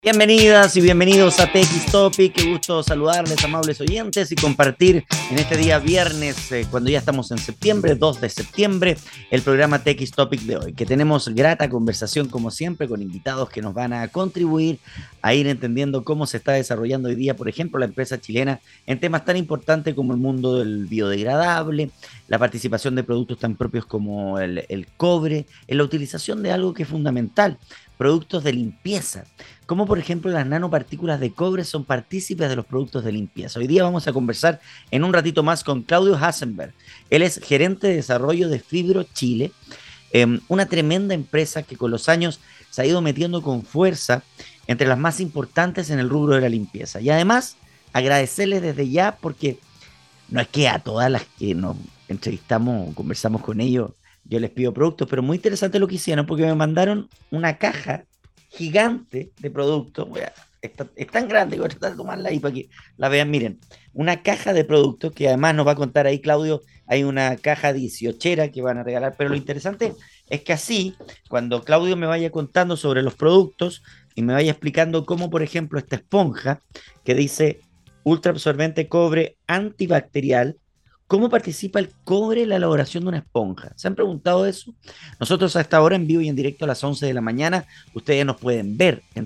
Bienvenidas y bienvenidos a TX Topic. Qué gusto saludarles, amables oyentes, y compartir en este día viernes, cuando ya estamos en septiembre, 2 de septiembre, el programa TX Topic de hoy, que tenemos grata conversación como siempre con invitados que nos van a contribuir a ir entendiendo cómo se está desarrollando hoy día, por ejemplo, la empresa chilena en temas tan importantes como el mundo del biodegradable, la participación de productos tan propios como el cobre, en la utilización de algo que es fundamental, productos de limpieza, como por ejemplo las nanopartículas de cobre son partícipes de los productos de limpieza. Hoy día vamos a conversar en un ratito más con Claudio Hasenberg. Él es gerente de desarrollo de Fibro Chile, una tremenda empresa que con los años se ha ido metiendo con fuerza entre las más importantes en el rubro de la limpieza. Y además, agradecerles desde ya porque no es que a todas las que nos entrevistamos o conversamos con ellos yo les pido productos, pero muy interesante lo que hicieron porque me mandaron una caja gigante de productos. Es tan grande que voy a tratar de tomarla ahí para que la vean. Miren, una caja de productos que además nos va a contar ahí Claudio. Hay una caja 18 que van a regalar, pero lo interesante es que así, cuando Claudio me vaya contando sobre los productos y me vaya explicando cómo, por ejemplo, esta esponja que dice ultra absorbente cobre antibacterial, ¿cómo participa el cobre en la elaboración de una esponja? ¿Se han preguntado eso? Nosotros a esta hora en vivo y en directo a las 11 de la mañana, ustedes nos pueden ver en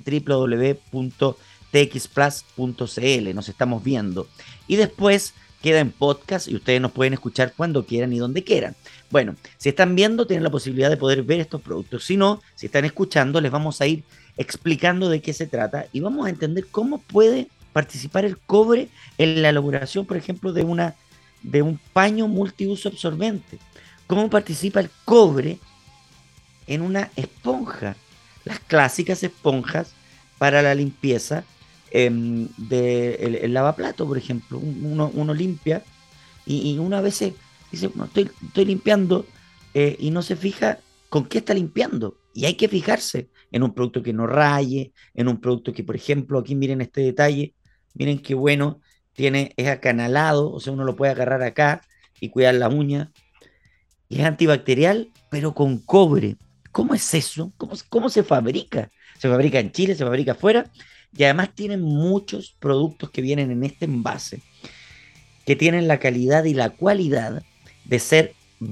www.txplus.cl, nos estamos viendo. Y después queda en podcast y ustedes nos pueden escuchar cuando quieran y donde quieran. Bueno, si están viendo, tienen la posibilidad de poder ver estos productos. Si no, si están escuchando, les vamos a ir explicando de qué se trata y vamos a entender cómo puede participar el cobre en la elaboración, por ejemplo, de un paño multiuso absorbente. ¿Cómo participa el cobre en una esponja? Las clásicas esponjas para la limpieza del lavaplato, por ejemplo. Uno limpia y uno a veces dice, no, estoy limpiando y no se fija con qué está limpiando. Y hay que fijarse en un producto que no raye, en un producto que, por ejemplo, aquí miren este detalle, miren qué bueno, es acanalado, o sea, uno lo puede agarrar acá y cuidar la uña. Y es antibacterial, pero con cobre. ¿Cómo es eso? ¿Cómo se fabrica? Se fabrica en Chile, se fabrica afuera, y además tienen muchos productos que vienen en este envase, que tienen la calidad y la cualidad de ser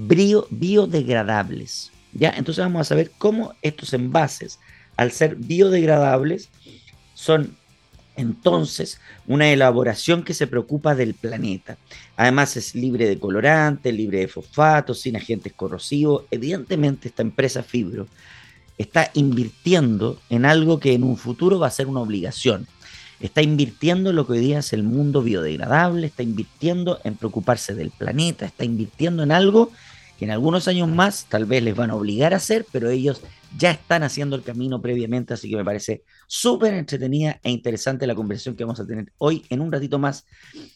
biodegradables. ¿Ya? Entonces vamos a saber cómo estos envases, al ser biodegradables, son entonces una elaboración que se preocupa del planeta. Además es libre de colorantes, libre de fosfatos, sin agentes corrosivos. Evidentemente esta empresa Fibro está invirtiendo en algo que en un futuro va a ser una obligación. Está invirtiendo en lo que hoy día es el mundo biodegradable, está invirtiendo en preocuparse del planeta, está invirtiendo en algo que en algunos años más tal vez les van a obligar a hacer, pero ellos ya están haciendo el camino previamente, así que me parece súper entretenida e interesante la conversación que vamos a tener hoy en un ratito más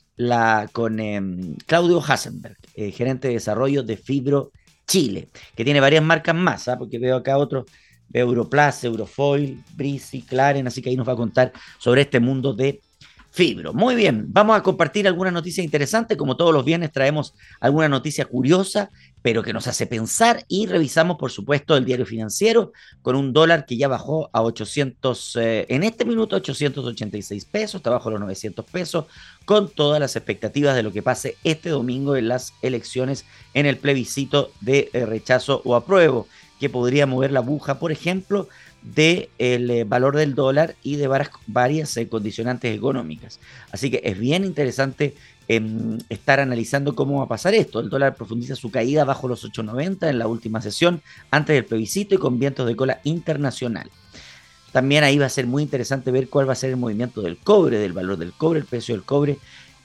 con Claudio Hasenberg, gerente de desarrollo de Fibro Chile, que tiene varias marcas más, porque veo acá otros, veo Europlast, Eurofoil, Breezy, Claren, así que ahí nos va a contar sobre este mundo de Fibro. Muy bien, vamos a compartir algunas noticias interesantes. Como todos los viernes traemos alguna noticia curiosa, pero que nos hace pensar, y revisamos, por supuesto, el diario financiero con un dólar que ya bajó a 800, en este minuto 886 pesos, está bajo los 900 pesos, con todas las expectativas de lo que pase este domingo en las elecciones, en el plebiscito de rechazo o apruebo, que podría mover la aguja, por ejemplo, del valor del dólar y de varias condicionantes económicas. Así que es bien interesante estar analizando cómo va a pasar esto. El dólar profundiza su caída bajo los 8.90 en la última sesión antes del plebiscito y con vientos de cola internacional. También ahí va a ser muy interesante ver cuál va a ser el movimiento del cobre, del valor del cobre, el precio del cobre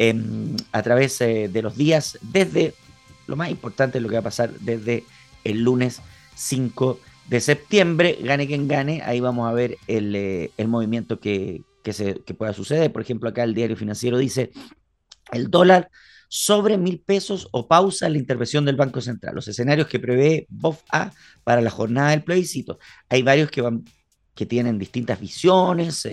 a través de los días, desde lo más importante es lo que va a pasar desde el lunes 5 de septiembre, gane quien gane, ahí vamos a ver el movimiento que pueda suceder. Por ejemplo, acá el diario financiero dice, el dólar sobre 1.000 pesos o pausa la intervención del Banco Central. Los escenarios que prevé BOF-A para la jornada del plebiscito. Hay varios que tienen distintas visiones,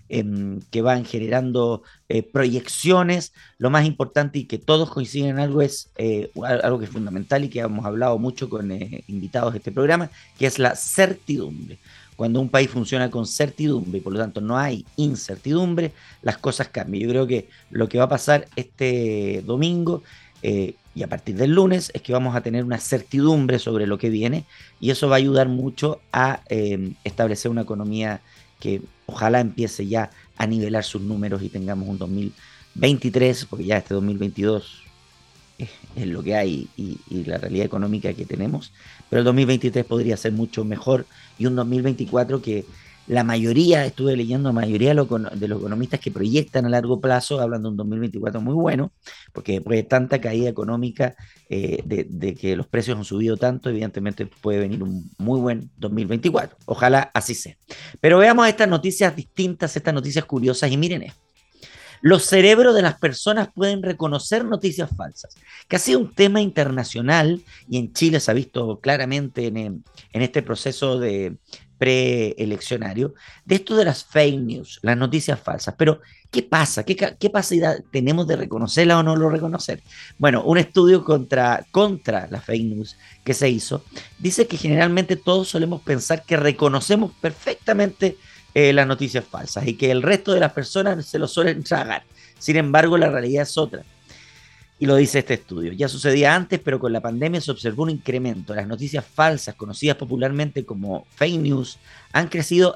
que van generando proyecciones. Lo más importante y que todos coinciden en algo es algo que es fundamental y que hemos hablado mucho con invitados de este programa, que es la certidumbre. cuando un país funciona con certidumbre y por lo tanto no hay incertidumbre, las cosas cambian. Yo creo que lo que va a pasar este domingo y a partir del lunes es que vamos a tener una certidumbre sobre lo que viene y eso va a ayudar mucho a establecer una economía que ojalá empiece ya a nivelar sus números y tengamos un 2023, porque ya este 2022 es lo que hay y la realidad económica que tenemos, pero el 2023 podría ser mucho mejor y un 2024 que la mayoría, estuve leyendo, la mayoría de los economistas que proyectan a largo plazo hablan de un 2024 muy bueno, porque después de tanta caída económica, de que los precios han subido tanto, evidentemente puede venir un muy buen 2024. Ojalá así sea. Pero veamos estas noticias distintas, estas noticias curiosas y miren esto. Los cerebros de las personas pueden reconocer noticias falsas, que ha sido un tema internacional y en Chile se ha visto claramente en este proceso de preeleccionario, de esto de las fake news, las noticias falsas. Pero, ¿qué pasa? ¿Qué capacidad tenemos de reconocerla o no lo reconocer? Bueno, un estudio contra las fake news que se hizo dice que generalmente todos solemos pensar que reconocemos perfectamente las noticias falsas y que el resto de las personas se lo suelen tragar. Sin embargo, la realidad es otra. Y lo dice este estudio. Ya sucedía antes, pero con la pandemia se observó un incremento. Las noticias falsas, conocidas popularmente como fake news, han crecido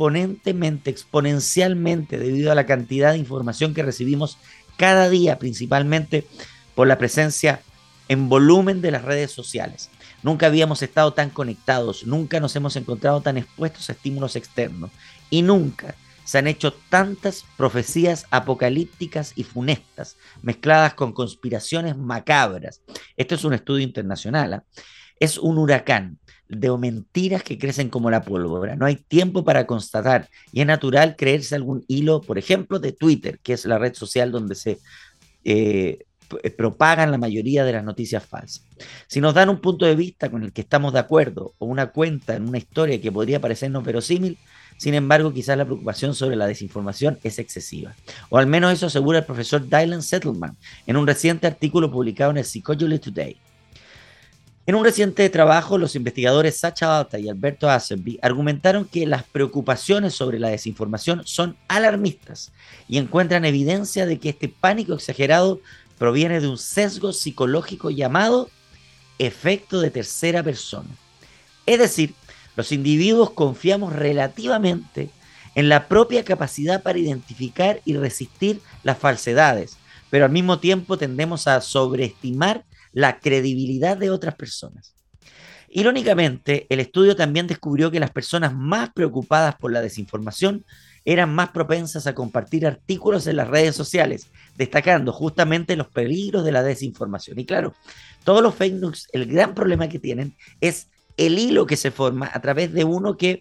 exponencialmente, debido a la cantidad de información que recibimos cada día, principalmente por la presencia en volumen de las redes sociales. Nunca habíamos estado tan conectados, nunca nos hemos encontrado tan expuestos a estímulos externos y nunca se han hecho tantas profecías apocalípticas y funestas, mezcladas con conspiraciones macabras. Esto es un estudio internacional, ¿eh? Es un huracán de mentiras que crecen como la pólvora. No hay tiempo para constatar y es natural creerse algún hilo, por ejemplo, de Twitter, que es la red social donde se eh, propagan la mayoría de las noticias falsas. Si nos dan un punto de vista con el que estamos de acuerdo o una cuenta en una historia que podría parecernos verosímil, sin embargo, quizás la preocupación sobre la desinformación es excesiva. O al menos eso asegura el profesor Dylan Settleman en un reciente artículo publicado en el Psychology Today. En un reciente trabajo, los investigadores Sacha Alta y Alberto Acerbi argumentaron que las preocupaciones sobre la desinformación son alarmistas y encuentran evidencia de que este pánico exagerado proviene de un sesgo psicológico llamado efecto de tercera persona. Es decir, los individuos confiamos relativamente en la propia capacidad para identificar y resistir las falsedades, pero al mismo tiempo tendemos a sobreestimar la credibilidad de otras personas. Irónicamente, el estudio también descubrió que las personas más preocupadas por la desinformación eran más propensas a compartir artículos en las redes sociales, destacando justamente los peligros de la desinformación. Y claro, todos los fake news, el gran problema que tienen es el hilo que se forma a través de uno que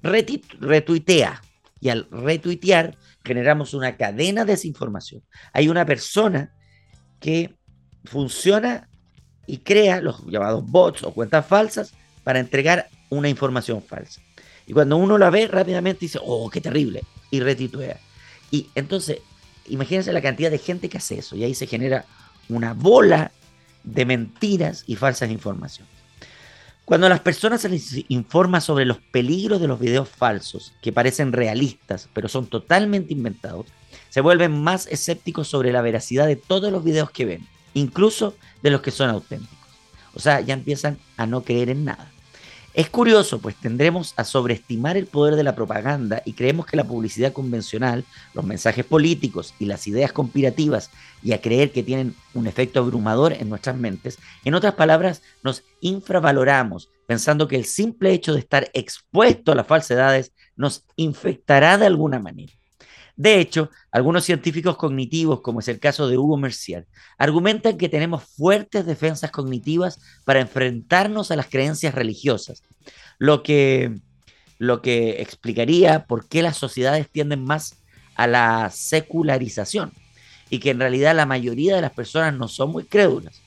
retuitea. Y al retuitear generamos una cadena de desinformación. Hay una persona que funciona y crea los llamados bots o cuentas falsas para entregar una información falsa. Y cuando uno la ve, rápidamente dice, oh, qué terrible, y retituea. Y entonces, imagínense la cantidad de gente que hace eso, y ahí se genera una bola de mentiras y falsas informaciones. Cuando a las personas se les informa sobre los peligros de los videos falsos, que parecen realistas, pero son totalmente inventados, se vuelven más escépticos sobre la veracidad de todos los videos que ven, incluso de los que son auténticos. O sea, ya empiezan a no creer en nada. Es curioso, pues tendremos a sobreestimar el poder de la propaganda y creemos que la publicidad convencional, los mensajes políticos y las ideas conspirativas, y a creer que tienen un efecto abrumador en nuestras mentes. En otras palabras, nos infravaloramos, pensando que el simple hecho de estar expuesto a las falsedades nos infectará de alguna manera. De hecho, algunos científicos cognitivos, como es el caso de Hugo Mercier, argumentan que tenemos fuertes defensas cognitivas para enfrentarnos a las creencias religiosas, lo que, lo que explicaría por qué las sociedades tienden más a la secularización y que en realidad la mayoría de las personas no son muy crédulas.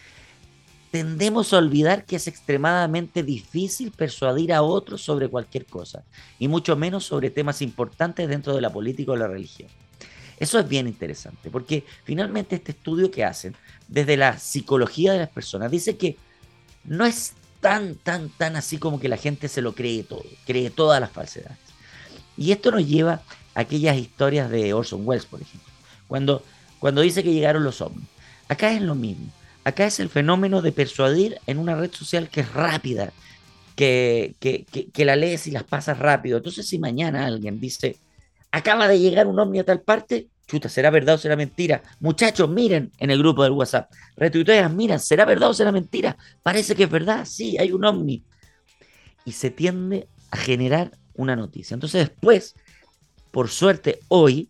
Tendemos a olvidar que es extremadamente difícil persuadir a otros sobre cualquier cosa, y mucho menos sobre temas importantes dentro de la política o la religión. Eso es bien interesante, porque finalmente este estudio que hacen desde la psicología de las personas dice que no es tan así como que la gente se lo cree todo, cree todas las falsedades. Y esto nos lleva a aquellas historias de Orson Welles, por ejemplo, cuando, cuando dice que llegaron los ovnis. Acá es lo mismo. Acá es el fenómeno de persuadir en una red social que es rápida, que la lees y las pasas rápido. Entonces, si mañana alguien dice, acaba de llegar un ovni a tal parte, chuta, ¿será verdad o será mentira? Muchachos, miren en el grupo del WhatsApp, retuitean, miren, ¿será verdad o será mentira? Parece que es verdad, sí, hay un ovni. Y se tiende a generar una noticia. Entonces, después, por suerte, hoy,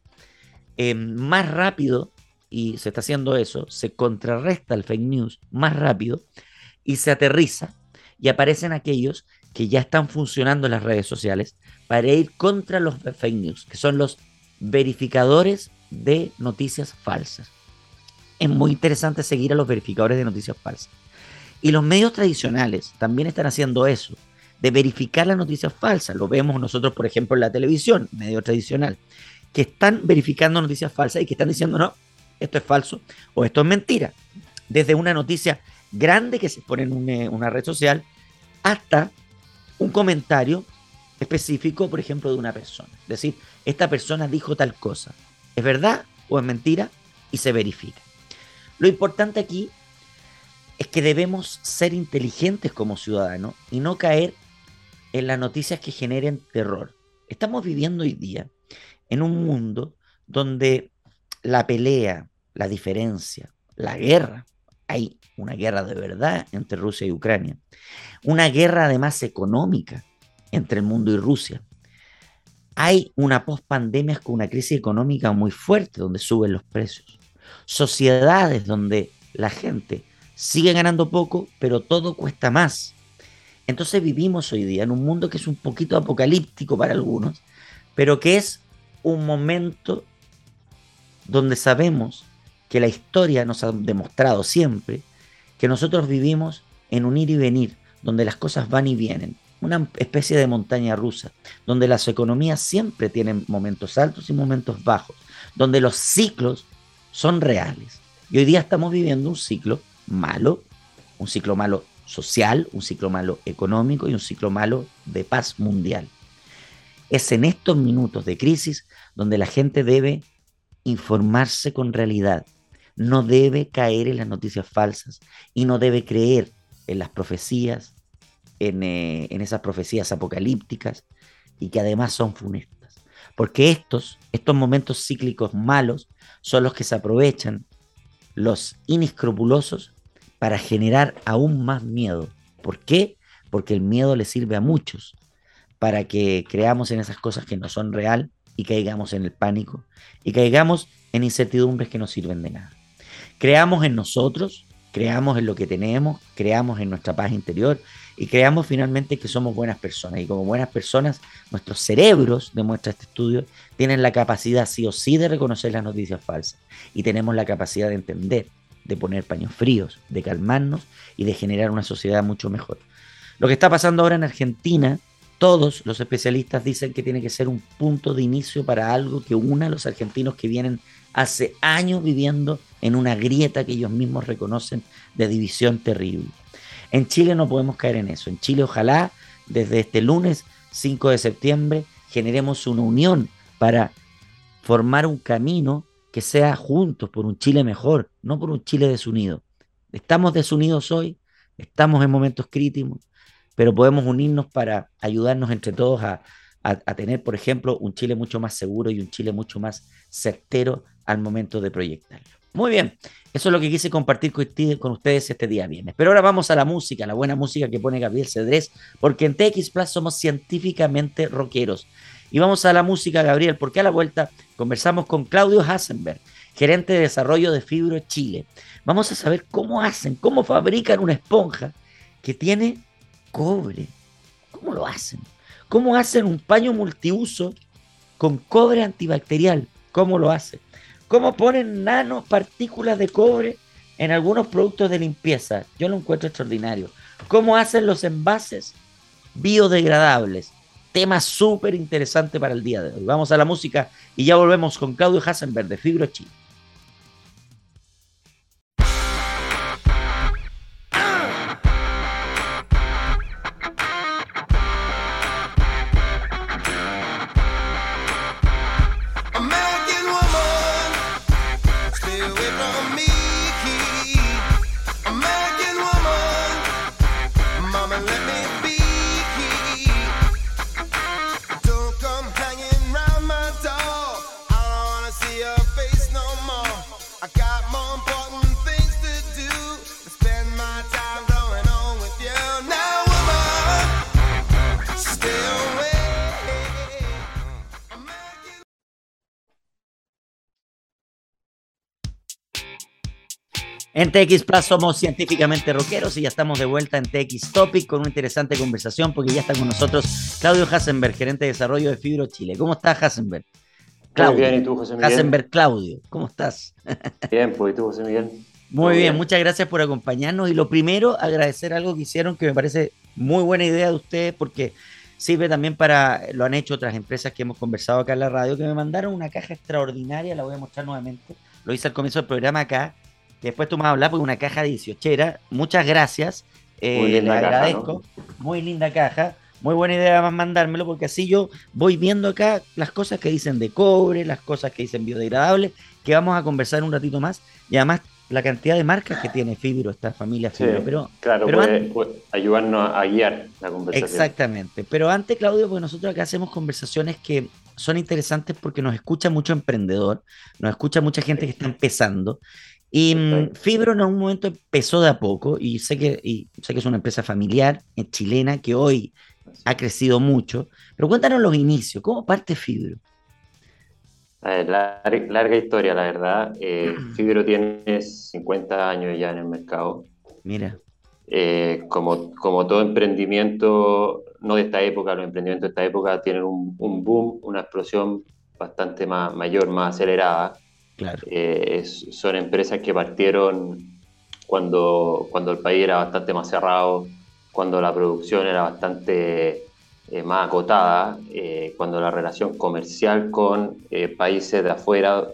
más rápido, y se está haciendo eso, se contrarresta el fake news más rápido y se aterriza y aparecen aquellos que ya están funcionando en las redes sociales para ir contra los fake news, que son los verificadores de noticias falsas. Es muy interesante seguir a los verificadores de noticias falsas. Y los medios tradicionales también están haciendo eso, de verificar las noticias falsas. Lo vemos nosotros, por ejemplo, en la televisión, medio tradicional, que están verificando noticias falsas y que están diciendo, no, esto es falso o esto es mentira. Desde una noticia grande que se pone en una red social hasta un comentario específico, por ejemplo, de una persona. Es decir, esta persona dijo tal cosa. ¿Es verdad o es mentira? Y se verifica. Lo importante aquí es que debemos ser inteligentes como ciudadanos y no caer en las noticias que generen terror. Estamos viviendo hoy día en un mundo donde la pelea, la diferencia, la guerra, hay una guerra de verdad entre Rusia y Ucrania, una guerra además económica entre el mundo y Rusia. Hay una pospandemia con una crisis económica muy fuerte donde suben los precios. Sociedades donde la gente sigue ganando poco, pero todo cuesta más. Entonces vivimos hoy día en un mundo que es un poquito apocalíptico para algunos, pero que es un momento donde sabemos que la historia nos ha demostrado siempre que nosotros vivimos en un ir y venir, donde las cosas van y vienen, una especie de montaña rusa, donde las economías siempre tienen momentos altos y momentos bajos, donde los ciclos son reales. Y hoy día estamos viviendo un ciclo malo social, un ciclo malo económico y un ciclo malo de paz mundial. Es en estos minutos de crisis donde la gente debe informarse con realidad, no debe caer en las noticias falsas y no debe creer en las profecías, en esas profecías apocalípticas y que además son funestas. Porque estos momentos cíclicos malos son los que se aprovechan los inescrupulosos para generar aún más miedo. ¿Por qué? Porque el miedo le sirve a muchos para que creamos en esas cosas que no son real y caigamos en el pánico y caigamos en incertidumbres que no sirven de nada. Creamos en nosotros, creamos en lo que tenemos, creamos en nuestra paz interior y creamos finalmente que somos buenas personas. Y como buenas personas, nuestros cerebros, demuestra este estudio, tienen la capacidad sí o sí de reconocer las noticias falsas y tenemos la capacidad de entender, de poner paños fríos, de calmarnos y de generar una sociedad mucho mejor. Lo que está pasando ahora en Argentina, todos los especialistas dicen que tiene que ser un punto de inicio para algo que una a los argentinos que vienen hace años viviendo en una grieta que ellos mismos reconocen de división terrible. En Chile no podemos caer en eso. En Chile ojalá desde este lunes 5 de septiembre generemos una unión para formar un camino que sea juntos por un Chile mejor, no por un Chile desunido. Estamos desunidos hoy, estamos en momentos críticos, pero podemos unirnos para ayudarnos entre todos a tener, por ejemplo, un Chile mucho más seguro y un Chile mucho más certero al momento de proyectarlo. Muy bien, eso es lo que quise compartir con ustedes este día viernes. Pero ahora vamos a la música, la buena música que pone Gabriel Cedrés, porque en TX Plus somos científicamente rockeros. Y vamos a la música, Gabriel, porque a la vuelta conversamos con Claudio Hasenberg, gerente de desarrollo de Fibro Chile. Vamos a saber cómo hacen, cómo fabrican una esponja que tiene cobre. ¿Cómo lo hacen? ¿Cómo hacen un paño multiuso con cobre antibacterial? ¿Cómo lo hacen? ¿Cómo ponen nanopartículas de cobre en algunos productos de limpieza? Yo lo encuentro extraordinario. ¿Cómo hacen los envases biodegradables? Tema súper interesante para el día de hoy. Vamos a la música y ya volvemos con Claudio Hasenberg de Fibro Chile. En TX Plus somos científicamente rockeros y ya estamos de vuelta en TX Topic con una interesante conversación porque ya está con nosotros Claudio Hasenberg, gerente de desarrollo de Fibro Chile. ¿Cómo estás, Hasenberg? Muy bien, Claudio. ¿y tú, José Miguel? Hasenberg Claudio, ¿cómo estás? Bien, pues, ¿y tú, José Miguel? Muy ¿Todo bien, bien? muchas gracias por acompañarnos. Y lo primero, agradecer algo que hicieron que me parece muy buena idea de ustedes porque sirve también lo han hecho otras empresas que hemos conversado acá en la radio, que me mandaron una caja extraordinaria, la voy a mostrar nuevamente. Lo hice al comienzo del programa acá, que después tú me vas a hablar porque una caja 18era. Muchas gracias, Muy les linda caja, ¿no? agradezco. Muy linda caja. Muy buena idea más mandármelo porque así yo voy viendo acá las cosas que dicen de cobre, las cosas que dicen biodegradable, que vamos a conversar un ratito más. Y además la cantidad de marcas que tiene Fibro, esta familia Sí, Fibro, pero, claro, pero puede, antes, puede ayudarnos a guiar la conversación. exactamente, pero antes, Claudio, porque nosotros acá hacemos conversaciones que son interesantes porque nos escucha mucho emprendedor, nos escucha mucha gente que está empezando, y Perfecto. Fibro en algún momento empezó de a poco, y sé que es una empresa familiar, chilena, que hoy ha crecido mucho, pero cuéntanos los inicios, ¿cómo parte Fibro? A ver, larga historia, la verdad. Fibro tiene 50 años ya en el mercado. Mira, Como todo emprendimiento, no de esta época, los emprendimientos de esta época tienen un boom, una explosión bastante mayor, más acelerada. claro, Son empresas que partieron cuando el país era bastante más cerrado, cuando la producción era bastante más acotada, cuando la relación comercial con países de afuera,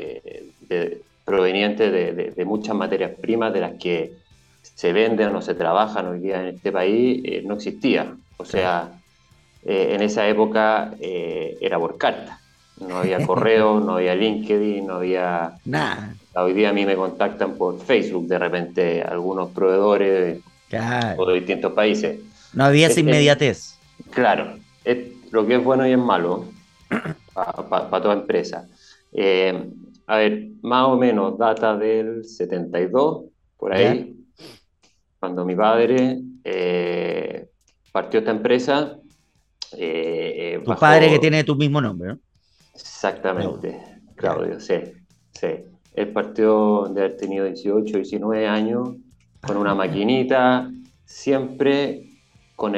provenientes de muchas materias primas de las que se venden o se trabajan hoy día en este país, no existía. O claro. sea, en esa época era por carta. No había correo, no había LinkedIn, no había... Nada, Hoy día a mí me contactan por Facebook de repente algunos proveedores o claro, de distintos países. no había esa Es, es- inmediatez. claro, lo que es bueno y es malo para toda empresa. Eh, a ver, más o menos data del 72, por ¿Ya? ahí, cuando mi padre partió esta empresa, Tu padre que bajo tiene tu mismo nombre, ¿no? Claudio. exactamente, Ya. Claudio, sí, sí. Él partió de haber tenido 18, 19 años con una maquinita, siempre con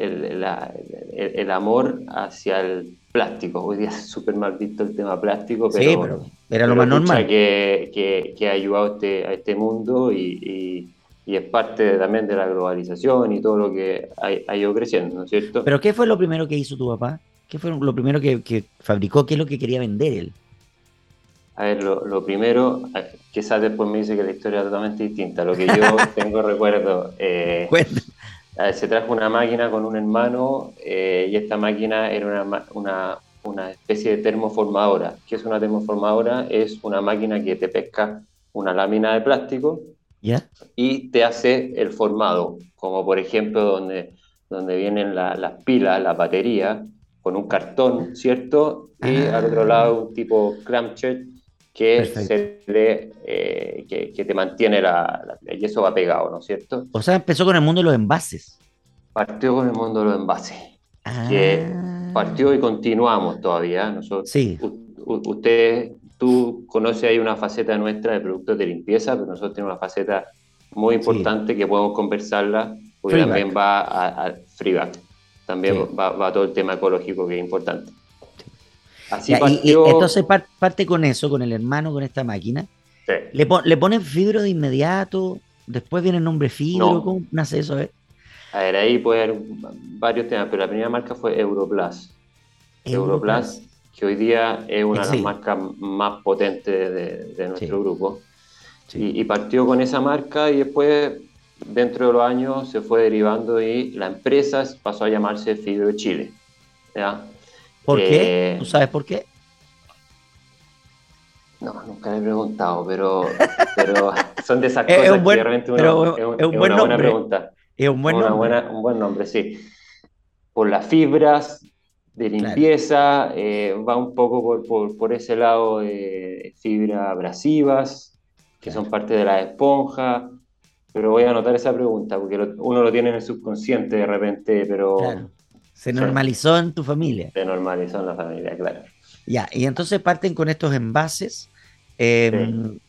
el amor hacia el plástico. Hoy día es súper mal visto el tema plástico, Sí, pero era lo pero más pucha normal. que ha ayudado a este mundo y es parte también de la globalización y todo lo que ha ido creciendo, ¿no es cierto? Pero ¿qué fue lo primero que hizo tu papá? ¿Qué fue lo primero que fabricó? ¿Qué es lo que quería vender él? A ver, lo primero, quizás después me dice que la historia es totalmente distinta. Lo que yo tengo recuerdo, Cuenta. a ver, se trajo una máquina con un hermano y esta máquina era una especie de termoformadora. ¿Qué es una termoformadora? Es una máquina que te pesca una lámina de plástico ¿Ya? y te hace el formado, como por ejemplo donde vienen las pilas, la batería, con un cartón, ¿cierto? Y al otro Ah, lado un tipo clamshell que, perfecto. que te mantiene y eso va pegado, ¿no es cierto? O sea, empezó con el mundo de los envases. Partió con el mundo de los envases, que Ah, partió y continuamos todavía. sí, Tú conoces ahí una faceta nuestra de productos de limpieza, pero nosotros tenemos una faceta muy sí. importante que podemos conversarla, porque también Freeback. va a Freeback, también Sí. va todo el tema ecológico que es importante. Así Ya, y partió, entonces parte con eso, con el hermano, con esta máquina. sí, Le ponen fibro de inmediato. Después viene el nombre fibro. no, ¿Cómo nace eso? a ver, ahí puede haber varios temas, pero la primera marca fue Europlus. Europlus. Europlus, que hoy día es una de las Sí, marcas más potentes de nuestro sí, grupo. sí. Y partió con esa marca y después, dentro de los años, se fue derivando y la empresa pasó a llamarse Fibro Chile. ¿Ya? ¿Por qué? ¿Tú Eh, sabes por qué? no, nunca le he preguntado, pero son de esas Es un cosas que buen, realmente uno, pero es un es buen una buena nombre. pregunta. Es un Es buen nombre. un buen nombre, sí. Por las fibras de Claro, limpieza, va un poco por ese lado de fibras abrasivas, que son claro, parte de la esponja, pero voy a anotar esa pregunta, porque uno lo tiene en el subconsciente de repente, pero claro. Se sí, normalizó en tu familia. se normalizó en la familia, claro. Ya, y entonces parten con estos envases. eh, Sí.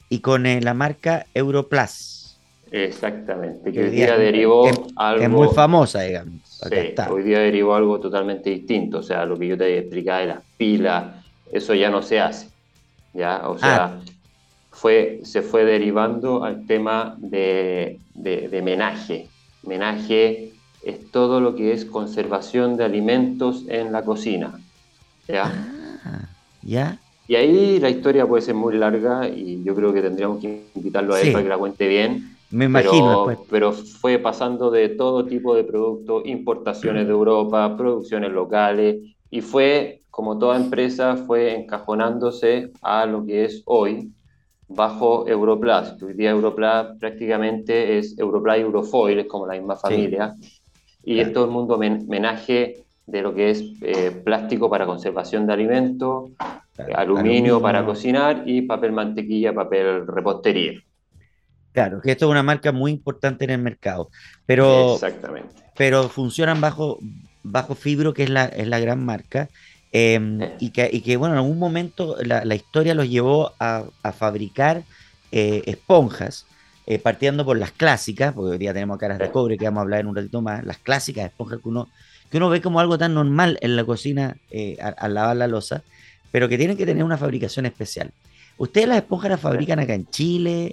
y con la marca Europlus, Exactamente, que que hoy hoy día día derivó que es muy algo, famosa, digamos. Acá sí, está. hoy día derivó algo totalmente distinto, o sea, lo que yo te explicaba de las pilas, eso ya no se hace, ¿ya? O Ah, sea, se fue derivando al tema de menaje. Menaje es todo lo que es conservación de alimentos en la cocina, ¿ya? ya. Y ahí la historia puede ser muy larga y yo creo que tendríamos que invitarlo a él para Sí, que la cuente bien, me imagino después. pero fue pasando de todo tipo de productos, importaciones de Europa, producciones locales, y fue, como toda empresa, fue encajonándose a lo que es hoy bajo Europlas. Hoy día Europlas prácticamente es Europlas y Eurofoil, es como la misma Sí, familia, y es claro. todo el mundo menaje de lo que es plástico para conservación de alimentos, Claro. aluminio para Aluminio. cocinar y papel mantequilla, papel repostería. Claro, que esto es una marca muy importante en el mercado, pero, Exactamente. pero funcionan bajo Fibro, que es la gran marca, Eh, y que, bueno, en algún momento la historia los llevó a fabricar esponjas, partiendo por las clásicas, porque hoy día tenemos caras de eh. cobre, que vamos a hablar en un ratito más, las clásicas esponjas que uno ve como algo tan normal en la cocina al lavar la loza, pero que tienen que tener una fabricación especial. ¿Ustedes las esponjas las fabrican acá en Chile?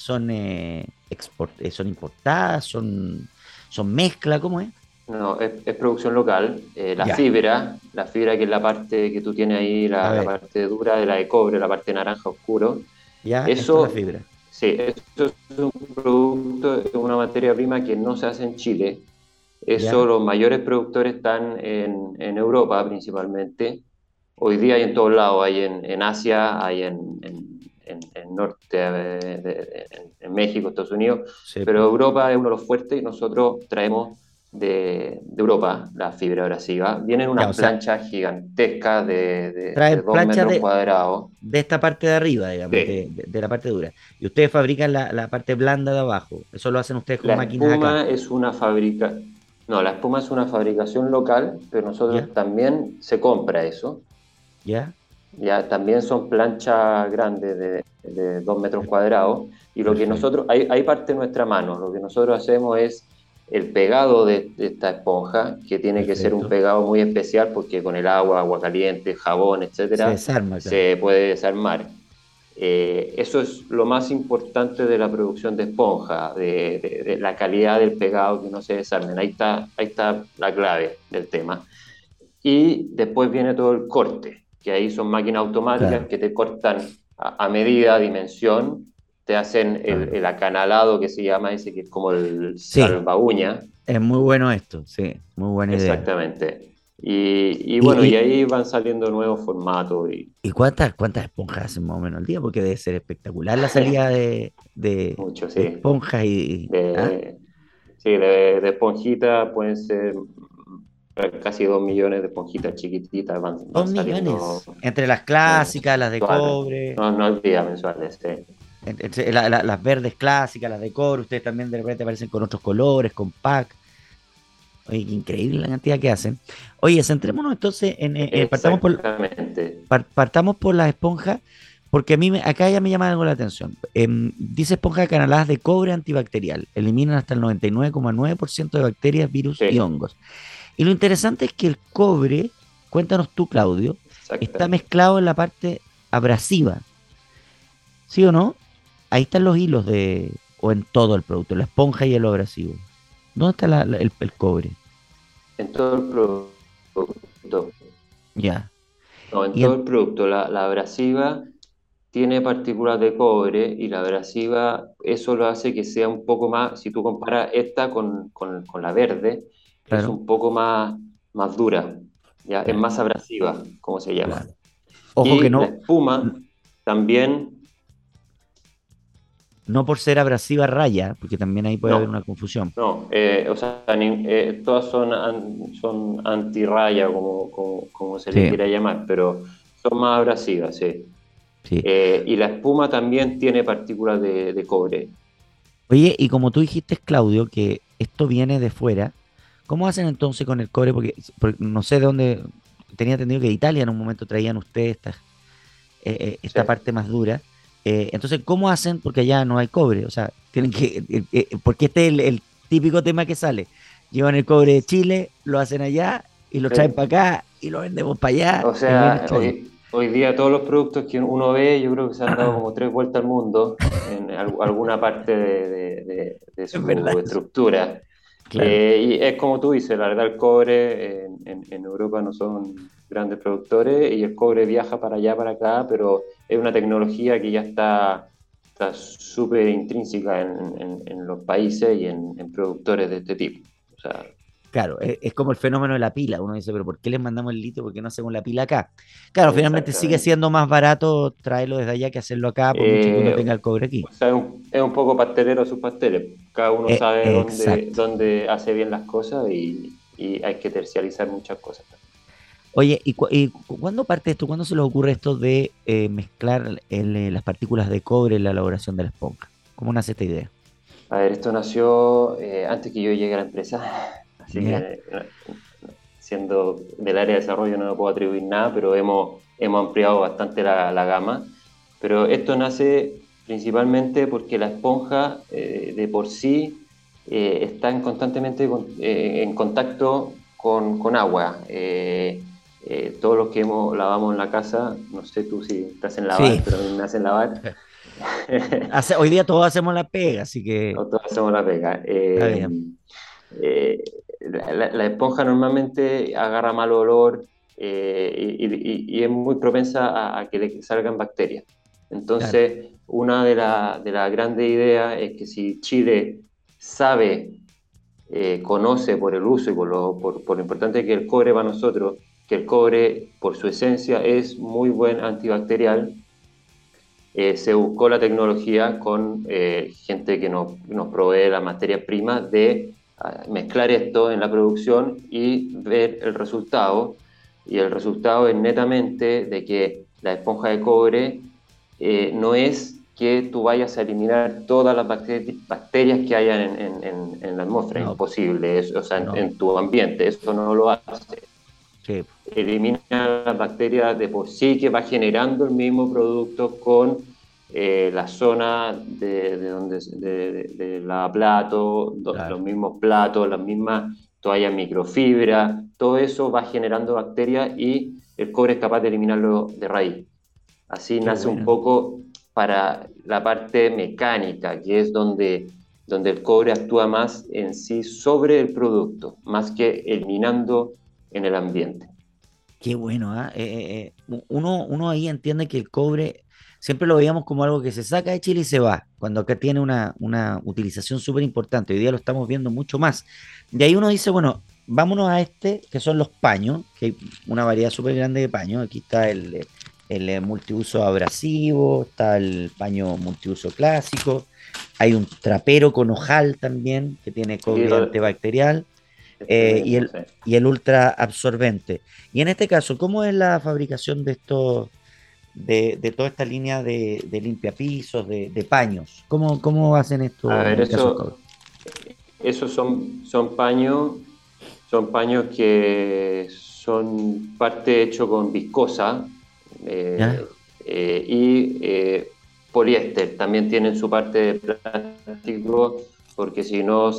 ¿Son importadas? ¿Son mezcla? ¿Cómo es? No, es producción local. Ya, La fibra que es la parte que tú tienes ahí, a la ver, parte dura de la de cobre, la parte naranja oscuro, ya, esto es la eso, fibra. sí, eso es un producto, es una materia prima que no se hace en Chile. Eso, Ya, los mayores productores están en Europa principalmente. Hoy día hay en todos lados, hay en Asia, hay en Norte, en México, Estados Unidos, sí, pero po. Europa es uno de los fuertes y nosotros traemos de Europa la fibra abrasiva. Vienen Ya, o unas sea, planchas gigantescas de traen 2 planchas metros de, cuadrados. de esta parte de arriba, digamos, de, Sí. de- de la parte dura. Y ustedes fabrican la parte blanda de abajo. Eso lo hacen ustedes con La máquinas acá. espuma es una fábrica, no, la espuma es una fabricación local, pero ¿Ya? nosotros también se compra eso. ¿Ya? Ya también son planchas grandes de 2 metros Per- cuadrados. Y lo que Perfecto. nosotros, ahí parte nuestra mano. Lo que nosotros hacemos es el pegado de esta esponja, que tiene que ser un Perfecto. pegado muy especial porque con el agua, agua caliente, jabón, Se etcétera, desarma, claro. se puede desarmar. Eso es lo más importante de la producción de esponja, de la calidad del pegado, que no se desarmen. Ahí está la clave del tema. Y después viene todo el corte, que ahí son máquinas automáticas Claro, que te cortan a medida, a dimensión, te hacen claro. el acanalado que se llama ese, que es como el Sí, salva uña, es muy bueno esto, sí, muy buena idea. exactamente. Y ¿Y, bueno, y y, ahí van saliendo nuevos formatos y y cuántas esponjas hacen más o menos al día? Porque debe ser espectacular la salida mucho, de sí. esponjas ¿ah? De, sí, de esponjita pueden ser casi 2 millones de esponjitas chiquititas, Dos van saliendo millones. Entre las clásicas, las de mensuales. cobre, No, no al día, mensuales, sí. entre las verdes clásicas, las de cobre, ustedes también de repente aparecen con otros colores, con pack. Oye, qué increíble la cantidad que hacen. Oye, centrémonos entonces Exactamente. partamos por las esponjas, porque acá ya me llama algo la atención. Dice esponjas canaladas de cobre antibacterial. Eliminan hasta el 99,9% de bacterias, virus y Sí, hongos. Y lo interesante es que el cobre, cuéntanos tú, Claudio, está exactamente. mezclado en la parte abrasiva, ¿sí o no? Ahí están los hilos o en todo el producto, la esponja y el abrasivo. ¿Dónde está el cobre? En todo el producto. Ya. No, en Y todo en, el producto. La abrasiva tiene partículas de cobre y la abrasiva, eso lo hace que sea un poco más, si tú comparas esta con la verde, es claro, un poco más dura, ¿ya? Es claro, más abrasiva, como se llama. claro. Ojo que Y la no, espuma también, no por ser abrasiva raya, porque también ahí puede haber no, una confusión. no, o sea, todas son antirraya, como se le Sí, quiera llamar, pero son más abrasivas, sí. sí. Y la espuma también tiene partículas de cobre. Oye, y como tú dijiste, Claudio, que esto viene de fuera, ¿cómo hacen entonces con el cobre? Porque no sé de dónde, tenía entendido que de Italia en un momento traían ustedes esta Sí. parte más dura. Entonces, ¿cómo hacen? Porque allá no hay cobre, o sea, tienen que, porque este es el típico tema que sale. Llevan el cobre de Chile, lo hacen allá y lo traen para Sí. acá y lo vendemos para allá O y bien sea, extraño. hoy día todos los productos que uno ve, yo creo que se han dado como tres vueltas al mundo en alguna parte de Es verdad su eso. estructura. Claro. Y es como tú dices, la verdad el cobre en Europa no son grandes productores y el cobre viaja para allá, para acá, pero es una tecnología que ya está súper intrínseca en los países y en productores de este tipo. O sea, Claro, es como el fenómeno de la pila. Uno dice, pero ¿por qué les mandamos el litio? ¿Por qué no hacemos la pila acá? Claro, finalmente sigue exactamente. siendo más barato traerlo desde allá que hacerlo acá, por mucho que uno Eh, tenga el cobre aquí. o sea, es un poco pastelero a sus pasteles. Cada uno sabe Exacto. dónde hace bien las cosas y hay que terciarizar muchas cosas. Oye, ¿cuándo parte esto? ¿Cuándo se les ocurre esto de mezclar las partículas de cobre en la elaboración de la esponja? ¿Cómo nace esta idea? A ver, esto nació antes que yo llegue a la empresa, así que ¿Ya? siendo del área de desarrollo no me puedo atribuir nada, pero hemos ampliado bastante la gama. Pero esto nace principalmente porque la esponja de por sí está constantemente en contacto con agua. Todos los que lavamos en la casa, no sé tú si te hacen lavar, Sí. pero a mí me hacen lavar. Hoy día todos hacemos la pega, así que Nosotros hacemos la pega. está bien. Eh, la esponja normalmente agarra mal olor y es muy propensa a que le salgan bacterias. Claro, Entonces, una de las grandes ideas es que si Chile sabe, conoce por el uso y por lo importante que el cobre para nosotros, que el cobre por su esencia es muy buen antibacterial, se buscó la tecnología con gente que nos provee la materia prima de mezclar esto en la producción y ver el resultado. Y el resultado es netamente de que la esponja de cobre no es que tú vayas a eliminar todas las bacterias que hayan en la atmósfera, no, imposible, o sea, no, en tu ambiente, eso no lo hace. sí, Elimina las bacterias de por sí que va generando el mismo producto con la zona de donde de lavaplato, los claro, mismos platos, las mismas toallas microfibra, todo eso va generando bacterias y el cobre es capaz de eliminarlo de raíz. Así qué nace un bueno. poco para la parte mecánica, que es donde el cobre actúa más en sí sobre el producto, más que eliminando en el ambiente. Qué bueno, ¿ah? Uno ahí entiende que el cobre siempre lo veíamos como algo que se saca de Chile y se va, cuando acá tiene una utilización súper importante. Hoy día lo estamos viendo mucho más. De ahí uno dice, bueno, vámonos a este, que son los paños, que hay una variedad súper grande de paños. Aquí está el multiuso abrasivo, está el paño multiuso clásico, hay un trapero con ojal también, que tiene Sí, cobre antibacterial este y mismo, el, sí. y el ultra absorbente. Y en este caso, ¿cómo es la fabricación de estos, de toda esta línea de limpiapisos, de paños? ¿Cómo hacen A esto en ver, el caso del cobre? esos son paños que son parte hecho con viscosa ¿Ya? y poliéster. También tienen su parte de plástico porque si no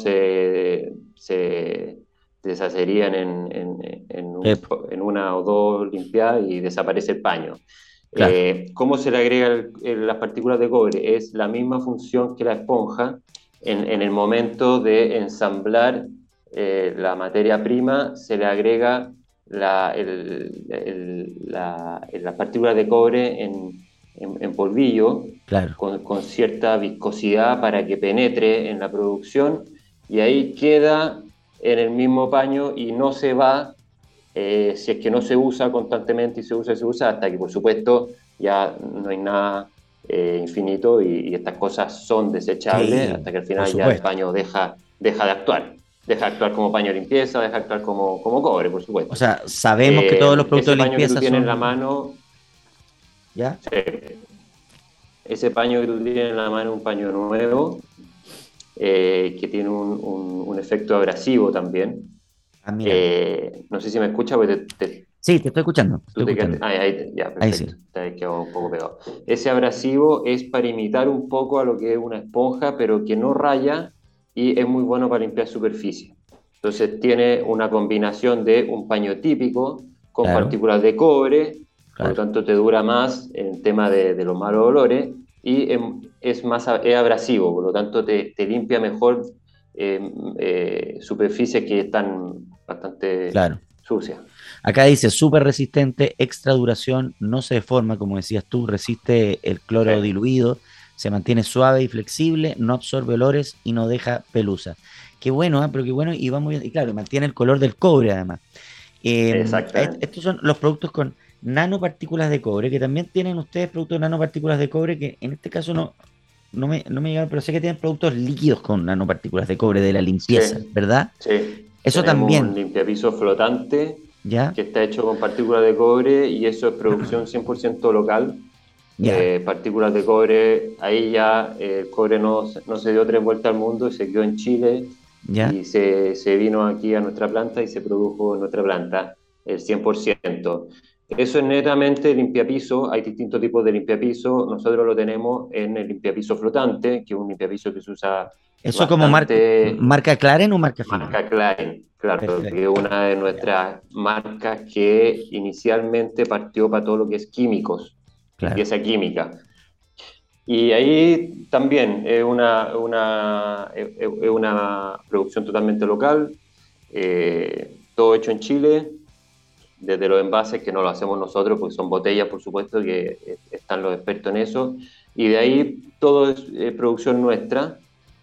se deshacerían Ep, en una o dos limpiadas y desaparece el paño. claro, ¿Cómo se le agrega las partículas de cobre? Es la misma función que la esponja en el momento de ensamblar la materia prima, se le agrega las partículas de cobre en polvillo claro. con cierta viscosidad para que penetre en la producción y ahí queda en el mismo paño y no se va si es que no se usa constantemente y se usa, hasta que por supuesto ya no hay nada infinito y estas cosas son desechables Sí, hasta que al por final ya el supuesto. paño deja de actuar. Deja de actuar como paño de limpieza, deja de actuar como cobre, por O supuesto. sea, sabemos que todos los productos Ese de paño que tú limpieza tienes en la son, mano, ¿ya? ese paño que tú tienes en la mano es un paño nuevo que tiene un efecto abrasivo también. Ah, mira, No sé si me escucha, porque Sí, te estoy escuchando, te Tú estoy te quedaste, escuchando. ya, Ahí sí. perfecto, te quedó un poco pegado. Ese abrasivo es para imitar un poco a lo que es una esponja, pero que no raya y es muy bueno para limpiar superficie. Entonces tiene una combinación de un paño típico con Claro, partículas de cobre, por lo claro. tanto te dura más en el tema de los malos olores y es más es abrasivo, por lo tanto te limpia mejor superficies que están bastante Claro. sucias. Acá dice súper resistente, extra duración, no se deforma, como decías tú, resiste el cloro Sí. diluido, se mantiene suave y flexible, no absorbe olores y no deja pelusa. Qué bueno, ¿eh? Pero qué bueno y va muy bien. Y claro, mantiene el color del cobre además. Exactamente. Estos son los productos con nanopartículas de cobre, que también tienen ustedes productos de nanopartículas de cobre, que en este caso no me llegaron, pero sé que tienen productos líquidos con nanopartículas de cobre de la limpieza, Sí, ¿verdad? sí. Eso Tenemos un también, limpiapiso flotante ¿ya? que está hecho con partículas de cobre y eso es producción 100% local. Ya, Partículas de cobre, ahí ya el cobre no se dio 3 vueltas al mundo y se quedó en Chile ya, y se vino aquí a nuestra planta y se produjo en nuestra planta el 100%. Eso es netamente limpiapiso, hay distintos tipos de limpiapiso, nosotros lo tenemos en el limpiapiso flotante, que es un limpiapiso que se usa eso como bastante. marca Claren o marca Philips. Marca Klein, claro, que es Perfecto. una de Ya, nuestras marcas que inicialmente partió para todo lo que es químicos, claro. limpieza química. Y ahí también es una producción totalmente local, todo hecho en Chile, desde los envases que no lo hacemos nosotros, porque son botellas, por supuesto, que están los expertos en eso, y de ahí todo es producción nuestra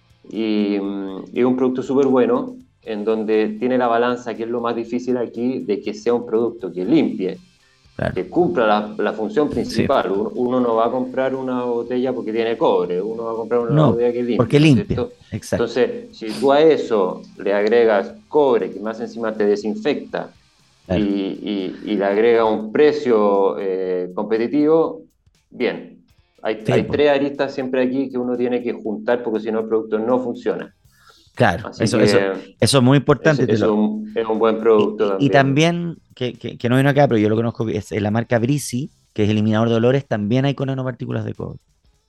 y un producto súper bueno, en donde tiene la balanza, que es lo más difícil aquí, de que sea un producto que limpie, Claro. que cumpla la función Sí. principal. Uno no va a comprar una botella porque tiene cobre, uno va a comprar una No, botella que limpie, porque ¿no es limpia. cierto? Exacto. Entonces, si tú a eso le agregas cobre, que más encima te desinfecta, Claro. y le agrega un precio competitivo, bien. Sí, Hay pues. 3 aristas siempre aquí que uno tiene que juntar porque si no el producto no funciona. Claro. Así Eso que es muy importante. es un buen Y, producto y también. también, que no vino acá, pero yo lo conozco, es la marca Brisi, que es eliminador de olores, también hay con nanopartículas de cobre.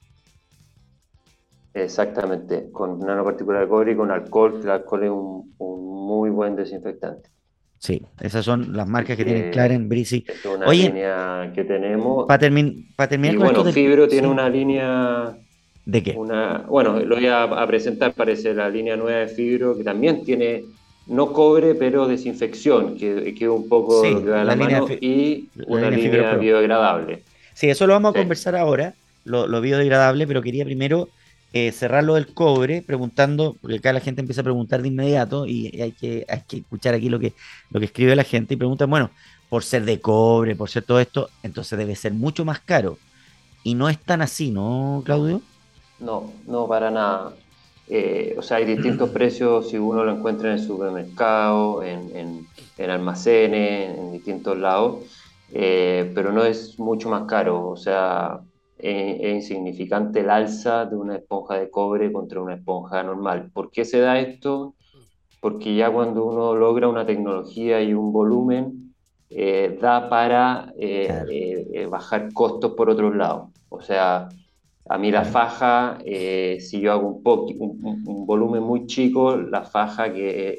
Exactamente, con nanopartículas de cobre y con alcohol, que el alcohol es un muy buen desinfectante. Sí, esas son las Así marcas que tienen que Claren, Brisi. es una Oye, línea que tenemos. para terminar Y con esto bueno, del... Fibro tiene Sí, una línea. ¿de qué? Bueno, lo voy a presentar, parece la línea nueva de Fibro, que también tiene no cobre, pero desinfección, que es un poco lo Sí, que va de la mano, y la una línea Fibro línea Pro. biodegradable. Sí, eso lo vamos a Sí, conversar ahora, lo biodegradable, pero quería primero cerrar lo del cobre, preguntando, porque acá la gente empieza a preguntar de inmediato y hay que escuchar aquí lo que escribe la gente y preguntan, bueno, por ser de cobre, por ser todo esto, entonces debe ser mucho más caro. Y no es tan así, ¿no, Claudio? no, no para nada. O sea, hay distintos precios si uno lo encuentra en el supermercado, en almacenes, en distintos lados, pero no es mucho más caro. O sea, es insignificante el alza de una esponja de cobre contra una esponja normal. ¿Por qué se da esto? Porque ya cuando uno logra una tecnología y un volumen, da para Claro, bajar costos por otros lados. O sea, a mí la claro, faja, si yo hago un volumen muy chico, la faja,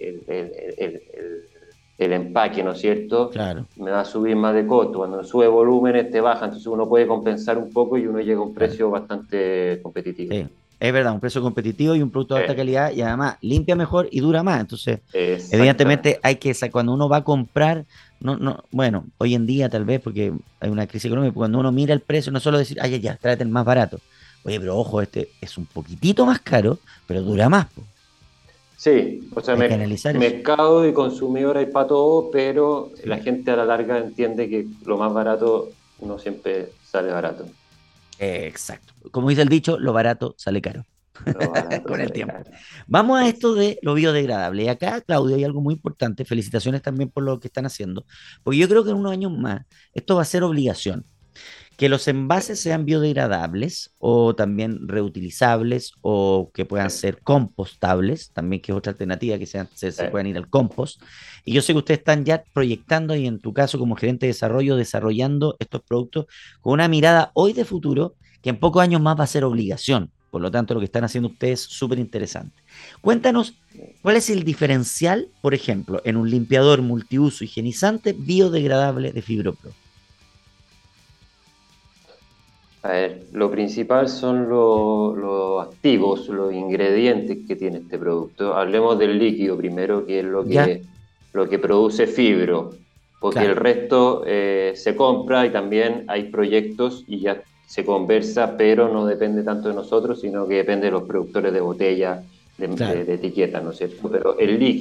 el empaque, ¿no es cierto? claro, Me va a subir más de costo. Cuando sube volúmenes, te baja. Entonces uno puede compensar un poco y uno llega a un claro. precio bastante competitivo. Sí, es verdad, un precio competitivo y un producto de alta Eh, calidad y además limpia mejor y dura más. Entonces, evidentemente exactamente. hay que, cuando uno va a comprar, bueno, hoy en día tal vez porque hay una crisis económica, cuando uno mira el precio, no solo decir, ay, ya, tráete el más barato. Oye, pero ojo, este es un poquitito más caro, pero dura más, po. Sí, o sea, Hay que analizar eso. mercado y consumidor hay para todo, pero la Sí, gente a la larga entiende que lo más barato no siempre sale barato. exacto. Como dice el dicho, lo barato sale caro Lo barato con el sale tiempo. caro. Vamos a Es- esto de lo biodegradable. Y acá, Claudio, hay algo muy importante. Felicitaciones también por lo que están haciendo, porque yo creo que en unos años más esto va a ser obligación. Que los envases sean biodegradables o también reutilizables o que puedan ser compostables, también que es otra alternativa, que se Eh, puedan ir al compost. Y yo sé que ustedes están ya proyectando y en tu caso como gerente de desarrollo, desarrollando estos productos con una mirada hoy de futuro que en pocos años más va a ser obligación. Por lo tanto, lo que están haciendo ustedes es súper interesante. Cuéntanos, ¿cuál es el diferencial, por ejemplo, en un limpiador multiuso higienizante biodegradable de FibroPro? A ver, lo principal son los activos, los ingredientes que tiene este producto. Hablemos del líquido primero, que es Ya, lo que produce fibro, porque el claro. resto se compra y también hay proyectos y ya se conversa, pero no depende tanto de nosotros, sino que depende de los productores de botella, Claro, de etiquetas, ¿no es cierto? Pero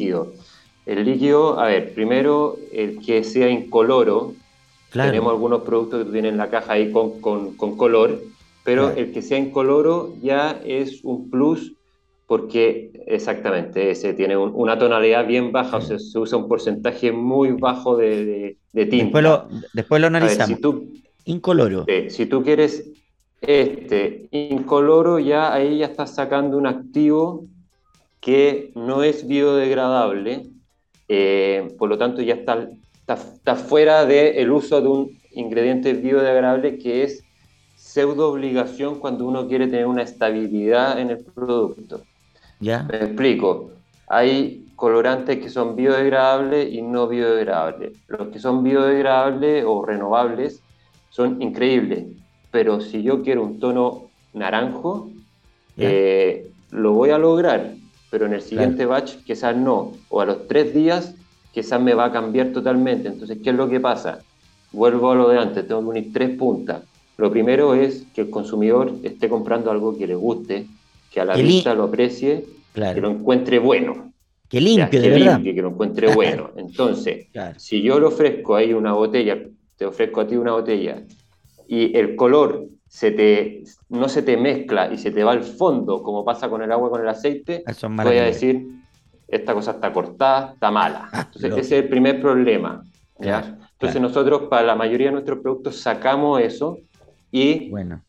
el líquido, a ver, primero el que sea incoloro. claro, Tenemos algunos productos que tú tienes en la caja ahí con color, pero claro. el que sea incoloro ya es un plus porque exactamente ese tiene una tonalidad bien baja, o sea, Sí. se usa un porcentaje muy bajo de Después tinta. después lo A ver, analizamos. Incoloro. si tú quieres este incoloro, ya ahí ya estás sacando un activo que no es biodegradable, por lo tanto ya está fuera del uso de un ingrediente biodegradable que es pseudo obligación cuando uno quiere tener una estabilidad en el producto. ¿Ya? Me explico. Hay colorantes que son biodegradables y no biodegradables. Los que son biodegradables o renovables son increíbles, pero si yo quiero un tono naranjo, ¿Ya? lo voy a lograr, pero en el Claro. siguiente batch quizás no, o a los 3 días quizás me va a cambiar totalmente. Entonces, ¿qué es lo que pasa? Vuelvo a lo de antes, tengo que unir 3 puntas. Lo primero es que el consumidor esté comprando algo que le guste, que a la Que vista lo aprecie, que claro. lo encuentre bueno, Que ya, limpio, de que verdad. limpie, que lo encuentre bueno. Entonces, Claro. si yo le ofrezco ahí una botella, te ofrezco a ti una botella y el color no se te mezcla y se te va al fondo, como pasa con el agua con el aceite, Eso es tú mala vas a calidad. decir, esta cosa está cortada, está mala. Ah, Entonces, ese es lógico. el primer problema, Claro, ¿ya? Entonces, claro. nosotros para la mayoría de nuestros productos sacamos eso y, Bueno.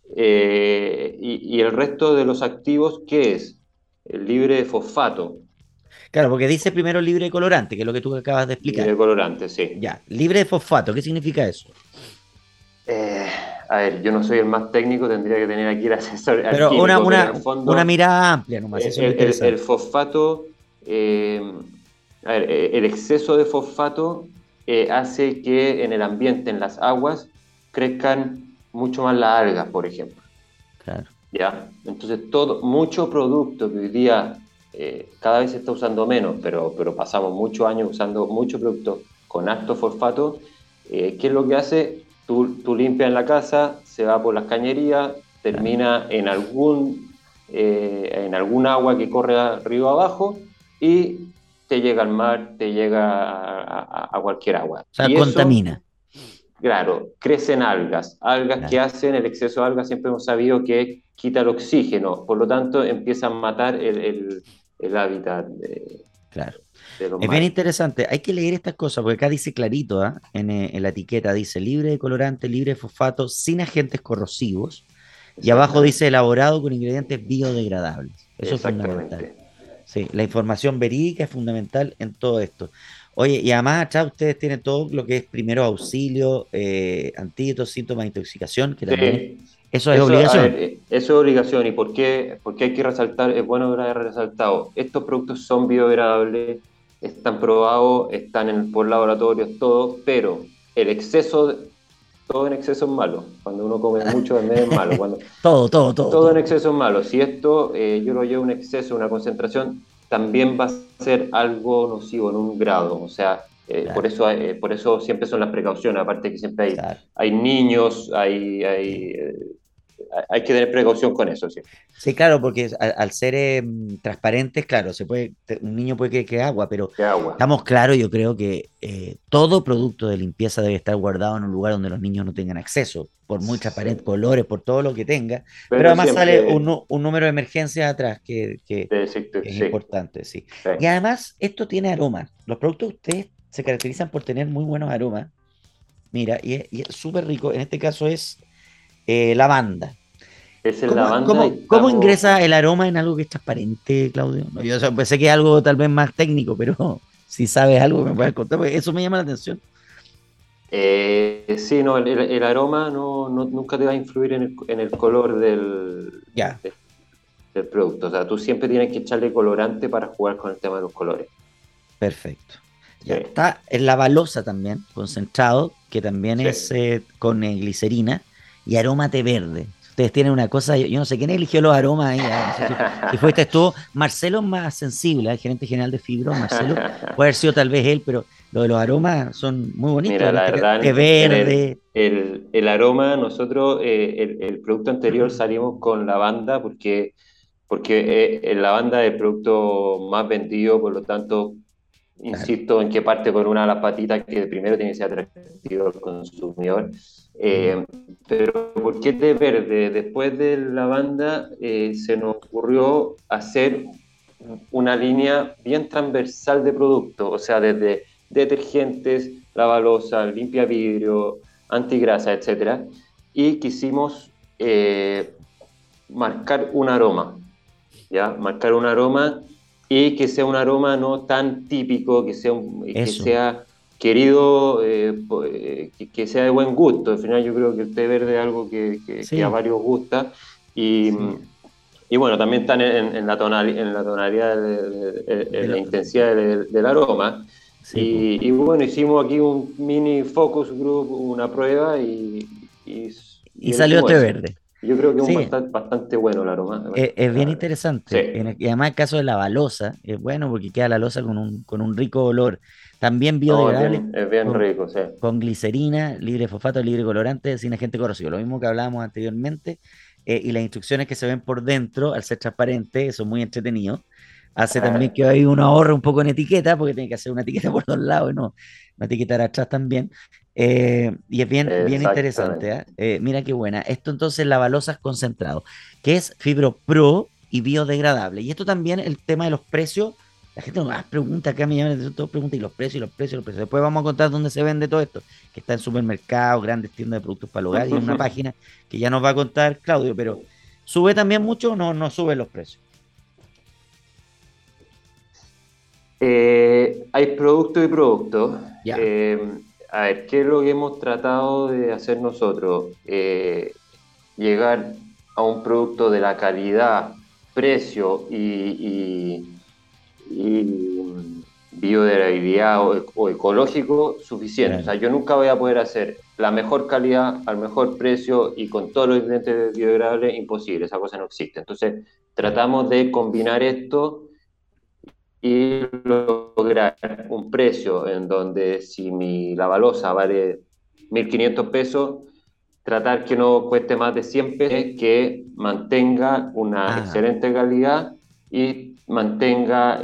y el resto de los activos, ¿qué es? El libre de fosfato, Claro, porque dice primero libre de colorante, que es lo que tú acabas de libre explicar. de colorante, sí. Ya. Libre de fosfato, ¿qué significa eso? Eh, a ver, yo no soy el más técnico, tendría que tener aquí el asesor al Pero químico, pero en el una fondo mirada amplia nomás, eso es lo el interesante. fosfato, eh, a ver, el exceso de fosfato hace que en el ambiente, en las aguas, crezcan mucho más las algas, por ejemplo. Claro. ¿Ya? Entonces, mucho producto que hoy día cada vez se está usando menos, pero pasamos muchos años usando mucho producto con alto fosfato, ¿qué es lo que hace? Tú limpias en la casa, se va por las cañerías, Claro. termina en algún agua que corre río abajo y te llega al mar, te llega a cualquier agua. O sea, Y eso contamina. claro, crecen algas. Algas que Claro. hacen, el exceso de algas siempre hemos sabido que quita el oxígeno, por lo tanto empieza a matar el hábitat Claro. de los Es bien mares. interesante. Hay que leer estas cosas porque acá dice clarito, ¿ah? En la etiqueta dice libre de colorante, libre de fosfato, sin agentes corrosivos. Y abajo dice Exactamente, elaborado con ingredientes biodegradables. Eso es fundamental. exactamente. Sí, la información verídica es fundamental en todo esto. Oye, y además atrás ustedes tienen todo lo que es primero auxilio, antídotos, síntomas de intoxicación, que también Sí, eso es eso, a ver, obligación. eso es obligación. ¿Y por qué hay que resaltar? Es bueno haber resaltado. Estos productos son biodegradables, están probados, están por laboratorios, todo, pero el exceso, todo en exceso es malo. Cuando uno come mucho de medio es malo. Todo, todo, todo, Todo en todo. exceso es malo. Si esto yo lo llevo a un exceso, una concentración, también va a ser algo nocivo en un grado. O sea, Claro, por eso siempre son las precauciones. Aparte que siempre claro. hay niños, Sí. hay que tener precaución con eso, sí. Sí, claro, porque al ser transparentes, claro, un niño puede creer que es agua, pero Que agua. estamos claros, yo creo que todo producto de limpieza debe estar guardado en un lugar donde los niños no tengan acceso, por muy transparente, Sí. colores, por todo lo que tenga, pero Pero además sale siempre, un número de emergencia atrás de decirte, que es sí, importante, sí. sí. Y además, esto tiene aromas. Los productos de ustedes se caracterizan por tener muy buenos aromas. Mira, y es súper rico. En este caso es lavanda. Es en ¿Cómo, lavanda y cómo estamos. ingresa el aroma en algo que es transparente, Claudio? No, yo, o sea, pensé que es algo tal vez más técnico, pero si sabes algo me puedes contar, porque eso me llama la atención. Sí, no, el aroma nunca te va a influir en el color Ya, del producto. O sea, tú siempre tienes que echarle colorante para jugar con el tema de los colores. perfecto. Sí, Ya, está en la balosa también, concentrado, que también sí. es con glicerina y aroma té verde. Ustedes tienen una cosa, yo no sé quién eligió los aromas ahí, no sé si fuiste tú, Marcelo es más sensible, el gerente general de Fibro, Marcelo, puede haber sido tal vez él, pero lo de los aromas son muy bonitos, Mira, en la este caso, verdad, té verde, el aroma, nosotros, el producto anterior salimos con lavanda porque la lavanda es el producto más vendido, por lo tanto, claro. insisto en que parte con una de las patitas que primero tiene que ser atractivo al consumidor. Mm. Pero ¿por qué té verde? Después de la lavanda se nos ocurrió hacer una línea bien transversal de productos, o sea, desde detergentes, lavalosa, limpia vidrio, antigrasa, etcétera, y quisimos marcar un aroma, ¿ya? Marcar un aroma y que sea un aroma no tan típico, que Eso, sea querido, que sea de buen gusto. Al final yo creo que el té verde es algo que a sí, varios gusta y, sí. y bueno, también están en la tonalidad, De en la lo- intensidad del aroma. sí, po. Y bueno, hicimos aquí un mini focus group, una prueba y, Y y salió elegimos té ese. verde. Yo creo que es un Sí, bastante bueno el aroma. es bien interesante. Sí. Y además el caso de la balosa, es bueno porque queda la losa con un rico olor. También No, biodegradable, es bien con, rico, sí. con glicerina, libre de fosfato, libre de colorante, sin agente corrosivo. Lo mismo que hablábamos anteriormente. Y las instrucciones que se ven por dentro, al ser transparentes, son muy entretenidos. Hace también Ajá, que hay uno ahorre un poco en etiqueta, porque tiene que hacer una etiqueta por dos lados y no, una etiqueta de atrás también. Y es bien, bien interesante, exactamente. ¿eh? Mira qué buena. Esto entonces la balosa es concentrado, que es Fibro Pro y biodegradable. Y esto también, el tema de los precios, la gente nos pregunta, acá me llaman la atención, todos preguntan, y los precios, y los precios, y los precios. Después vamos a contar dónde se vende todo esto, que está en supermercados, grandes tiendas de productos para el hogar y en una página que ya nos va a contar Claudio, pero ¿sube también mucho o no sube los precios? Hay producto y producto. Ya, A ver, ¿qué es lo que hemos tratado de hacer nosotros? Llegar a un producto de la calidad, precio y biodegradabilidad o ecológico suficiente. O claro. sea, yo nunca voy a poder hacer la mejor calidad al mejor precio y con todos los ingredientes biodegradables, imposible, esa cosa no existe. Entonces, tratamos de combinar esto y lograr un precio en donde si mi lavalosa vale 1.500 pesos, tratar que no cueste más de 100 pesos, que mantenga una Ah, excelente calidad y mantenga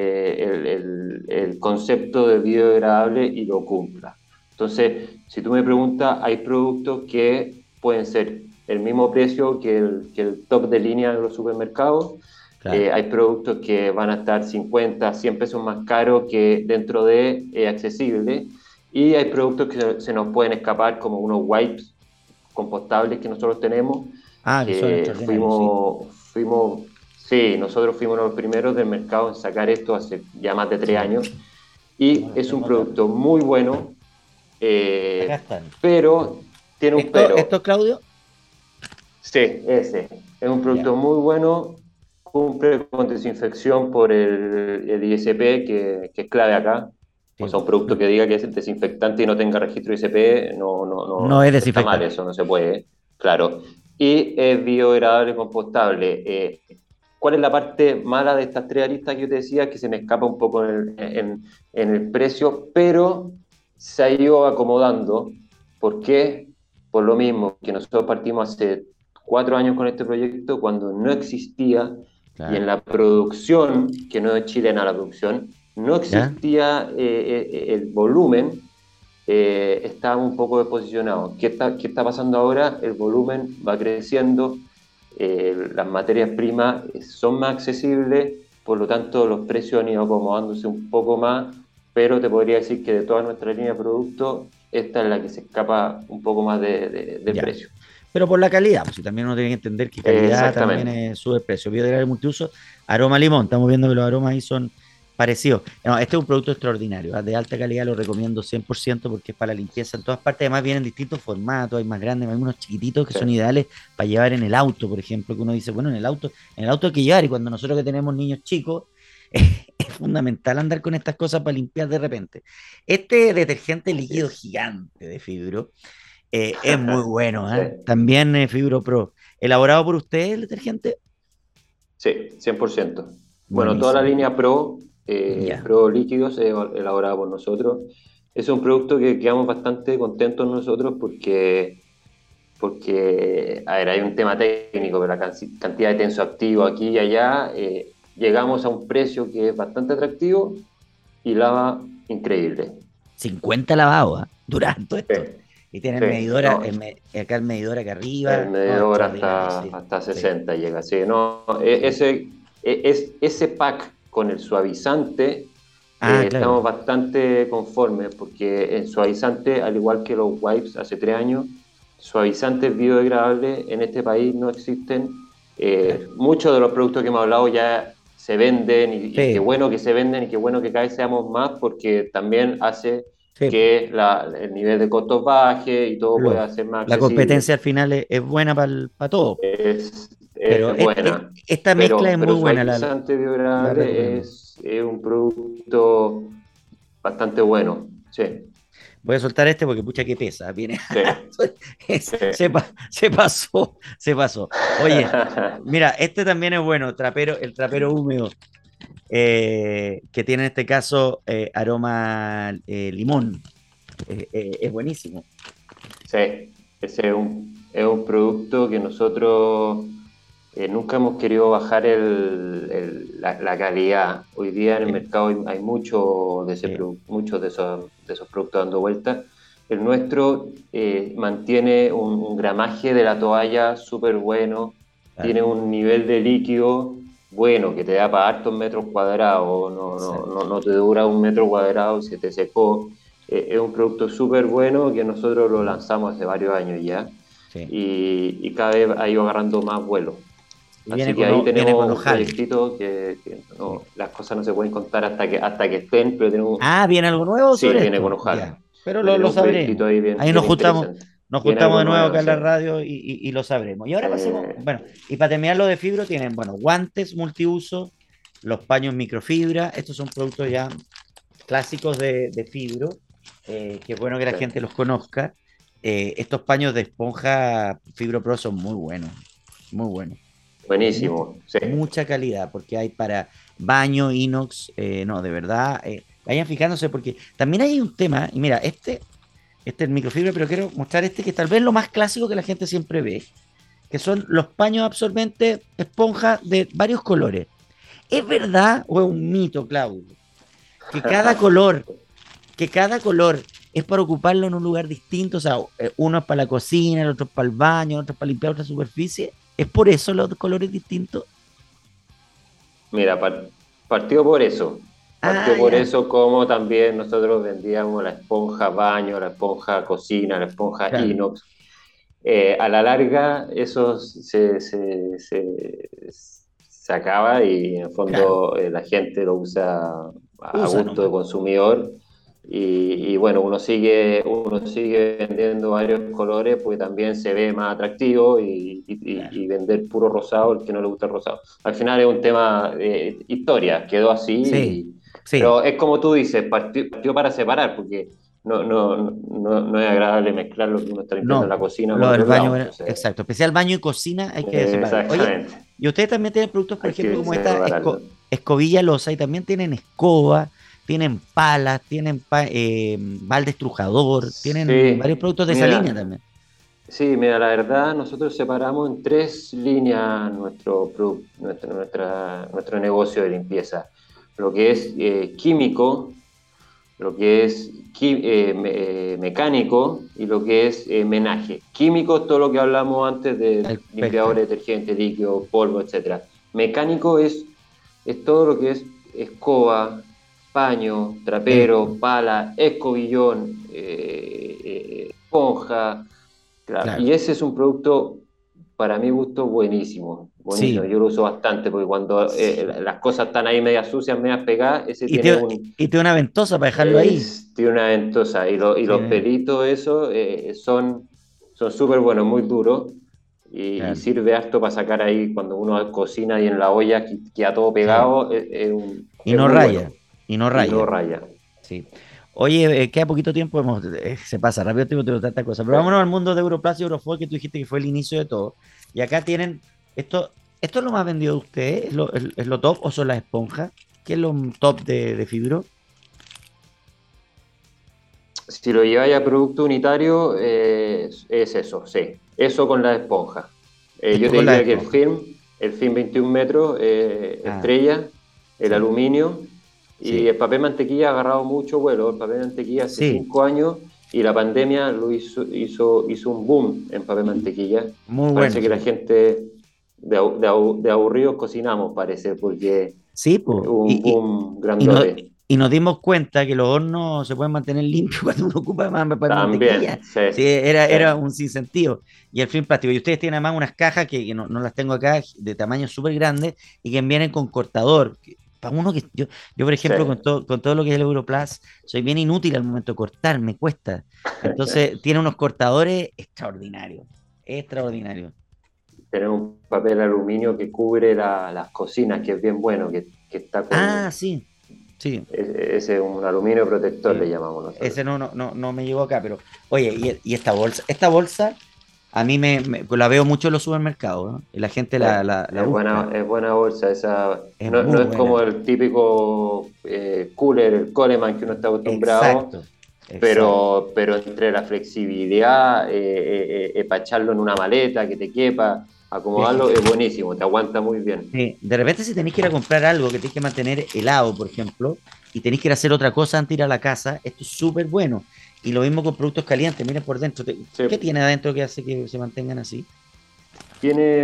el concepto de biodegradable y lo cumpla. Entonces, si tú me preguntas, hay productos que pueden ser el mismo precio que el top de línea de los supermercados. claro. Hay productos que van a estar 50, 100 pesos más caros que dentro de accesible. Y hay productos que se nos pueden escapar, como unos wipes compostables que nosotros tenemos, Ah, que son que extraordinarios, sí. sí, nosotros fuimos los primeros del mercado en sacar esto hace ya más de tres Sí. años. No, Y lo es estoy un notando. producto muy bueno, Acá eh, están. pero tiene un pero. Esto, Claudio, Sí, ese. Es un ya. producto muy bueno, cumple con desinfección por el ISP, que es clave acá. O Sí, sea, un po. producto que diga que es desinfectante y no tenga registro ISP, No es está mal, desinfectante. eso no se puede, claro. Y es biodegradable, compostable. ¿Cuál es la parte mala de estas tres aristas que yo te decía? Que se me escapa un poco en el precio, pero se ha ido acomodando. ¿Por qué? Por lo mismo que nosotros partimos hace 4 años con este proyecto cuando no existía y en Claro. la producción, que no es chilena la producción, no ¿Ya? existía el volumen, estaba un poco desposicionado. Qué está pasando ahora? El volumen va creciendo, las materias primas son más accesibles, por lo tanto los precios han ido acomodándose un poco más, pero te podría decir que de toda nuestra línea de productos, esta es la que se escapa un poco más del Ya. precio. pero por la calidad, pues, y también uno tiene que entender que calidad también Exactamente. es sube el precio. Biodegradable multiuso, aroma limón, estamos viendo que los aromas ahí son parecidos. No, este es un producto extraordinario, de alta calidad, lo recomiendo 100% porque es para la limpieza en todas partes, además vienen en distintos formatos, hay más grandes, hay unos chiquititos que Sí, son ideales para llevar en el auto, por ejemplo, que uno dice, bueno, en el auto hay que llevar, y cuando nosotros que tenemos niños chicos, es fundamental andar con estas cosas para limpiar de repente. Este detergente así líquido es. gigante de Fibro es muy bueno, Sí, ¿eh? También Fibro Pro. ¿Elaborado por usted el detergente? sí, 100%. Bueno, toda la Buenísimo. línea Pro, Ya. Pro Líquidos es elaborada por nosotros. Es un producto que quedamos bastante contentos nosotros porque, a ver, hay un tema técnico, pero la cantidad de tensoactivo aquí y allá, llegamos a un precio que es bastante atractivo y lava increíble. 50 lavados, ¿ah? Durante Sí, esto. Y tienen sí, medidora, no, acá el medidor acá el arriba. No, medidor extraordinario, hasta, sí. hasta Sí, 60 llega, sí, no, sí. ese pack con el suavizante, Ah, estamos claro. bastante conformes porque el suavizante, al igual que los wipes hace 3 años, suavizantes biodegradables en este país no existen. Claro. Muchos de los productos que hemos hablado ya se venden y qué Sí, bueno que se venden y qué bueno que cada vez seamos más porque también hace sí, po. que el nivel de costos baje y todo pueda ser más La accesible. competencia al final es buena para todo. Pero Es buena, esta mezcla es muy pero buena, suavizante la biodegradable recomiendo. es un producto bastante bueno. Sí, Voy a soltar este porque pucha que pesa. Viene. sí, sí. Se pasó, se pasó. Oye, mira, este también es bueno, el trapero húmedo, que tiene en este caso aroma limón. Es buenísimo. Sí, ese es un producto que nosotros nunca hemos querido bajar la calidad. Hoy día en el Sí, mercado hay mucho de sí, muchos de esos productos dando vueltas. El nuestro mantiene un gramaje de la toalla súper bueno, claro, tiene un nivel de líquido bueno que te da para hartos metros cuadrados, exacto. no te dura un metro cuadrado y se te secó. Es un producto súper bueno que nosotros lo lanzamos hace varios años ya Sí. y cada vez ha ido agarrando más vuelo. Y Así que ahí viene con tenemos un ojal. proyectito que Sí. las cosas no se pueden contar hasta que estén, pero tenemos, Ah, ¿viene algo nuevo sí, sobre viene con esto? Ojal, Ya, pero pero lo tenemos un proyectito sabremos. ahí Ahí bien interesante. nos Viene juntamos algo de nuevo nuevo, acá en sí. la radio y lo sabremos. Y ahora pasemos, bueno, y para terminar lo de fibro tienen, bueno, guantes multiuso, los paños microfibra, estos son productos ya clásicos de fibro, que es bueno que la Sí. gente los conozca. Estos paños de esponja Fibro Pro son muy buenos, muy buenos. Mucha, Buenísimo, sí. mucha calidad, porque hay para baño, inox, no, de verdad, vayan fijándose, porque también hay un tema, y mira, este es microfibra, pero quiero mostrar este que tal vez es lo más clásico que la gente siempre ve, que son los paños absorbentes esponja de varios colores. ¿Es verdad o es un mito, Claudio, que cada color, que cada color es para ocuparlo en un lugar distinto? O sea, uno es para la cocina, el otro es para el baño, el otro es para limpiar otra superficie. ¿Es por eso los colores distintos? Mira, partió por eso. Ah, Partió por ya. eso como también nosotros vendíamos la esponja baño, la esponja cocina, la esponja Claro. inox. A la larga eso se acaba y en el Claro, fondo la gente lo usa a usa gusto de nomás. consumidor y bueno, uno sigue vendiendo varios colores porque también se ve más atractivo Claro. y vender puro rosado el que no le gusta el rosado. Al final es un tema de historia, quedó así, Sí, sí. pero es como tú dices, partió para separar porque no es agradable mezclar lo que uno está limpiando en No, la cocina con lo del otro lado. baño, Entonces, exacto. Especial baño y cocina hay que separarlo. Oye, exactamente. y ustedes también tienen productos, por Hay ejemplo, que como esta separarlo. escobilla losa, y también tienen escoba, tienen palas, tienen balde estrujador, tienen varios Sí, productos de esa línea mira, también. sí, mira, la verdad, nosotros separamos en tres líneas nuestro negocio de limpieza. Lo que es químico, lo que es mecánico y lo que es menaje. Químico es todo lo que hablamos antes de limpiadores, Perfecto. detergente, líquido, polvo, etcétera. Mecánico es todo lo que es escoba, paño, trapero, Esto. pala, escobillón, esponja. Claro, Claro, y ese es un producto, para mi gusto, buenísimo, buenísimo. sí. Yo lo uso bastante porque cuando las cosas están ahí medias sucias, medias pegadas, ese Y tiene te, un, y te una ventosa para dejarlo ahí. tiene una ventosa y Sí, los pelitos, eso, son súper buenos, muy duros y claro. sirve harto para sacar ahí cuando uno cocina y en la olla queda todo Sí. pegado, Y es no muy bueno raya, y no y no raya. raya. Sí. Oye, queda poquito tiempo, se pasa rápido el tiempo, tengo tantas cosas. Pero vámonos al mundo de Europlast y Eurofoil, que tú dijiste que fue el inicio de todo. Y acá tienen, esto es lo más vendido de ustedes, es lo top o son las esponjas, ¿qué es lo top de Fibro? Si lo lleváis a producto unitario, es eso, sí. Eso con la esponja. Yo Esto te con las diría que esponjas. el film 21 metros, Ah, estrella, el sí, aluminio y sí, el papel mantequilla ha agarrado mucho vuelo. El papel mantequilla hace sí, 5 años y la pandemia hizo un boom en papel mantequilla. muy bueno, Parece que la sí. gente de aburridos cocinamos, parece, porque Sí, pues, hubo un boom y, no, grandote. y nos dimos cuenta que los hornos se pueden mantener limpios cuando uno ocupa más papel mantequilla. También, sí, Sí, era sí. un sinsentido. Y el film plástico. Y ustedes tienen además unas cajas que no las tengo acá, de tamaño súper grande y que vienen con cortador. Para uno que yo, por Sí. ejemplo, con todo lo que es el Europlus, soy bien inútil al momento de cortar, me cuesta. Entonces, tiene unos cortadores extraordinarios. Extraordinarios. Tenemos un papel aluminio que cubre las cocinas, que es bien bueno, que está Ah, con... sí, sí. Ese es un aluminio protector, le Sí, llamamos nosotros. ese no me llegó acá, pero oye, y esta bolsa a mí la veo mucho en los supermercados, ¿no? Y la gente Sí, la busca, es buena bolsa. Esa, es no muy es como buena. el típico cooler, el Coleman que uno está acostumbrado, Exacto, exacto. pero entre la flexibilidad, para echarlo en una maleta que te quepa, acomodarlo, es buenísimo, te aguanta muy bien. Sí, de repente si tenéis que ir a comprar algo que tenéis que mantener helado, por ejemplo, y tenéis que ir a hacer otra cosa antes de ir a la casa, esto es súper bueno. Y lo mismo con productos calientes, miren por dentro. ¿Qué Sí. tiene adentro que hace que se mantengan así? Tiene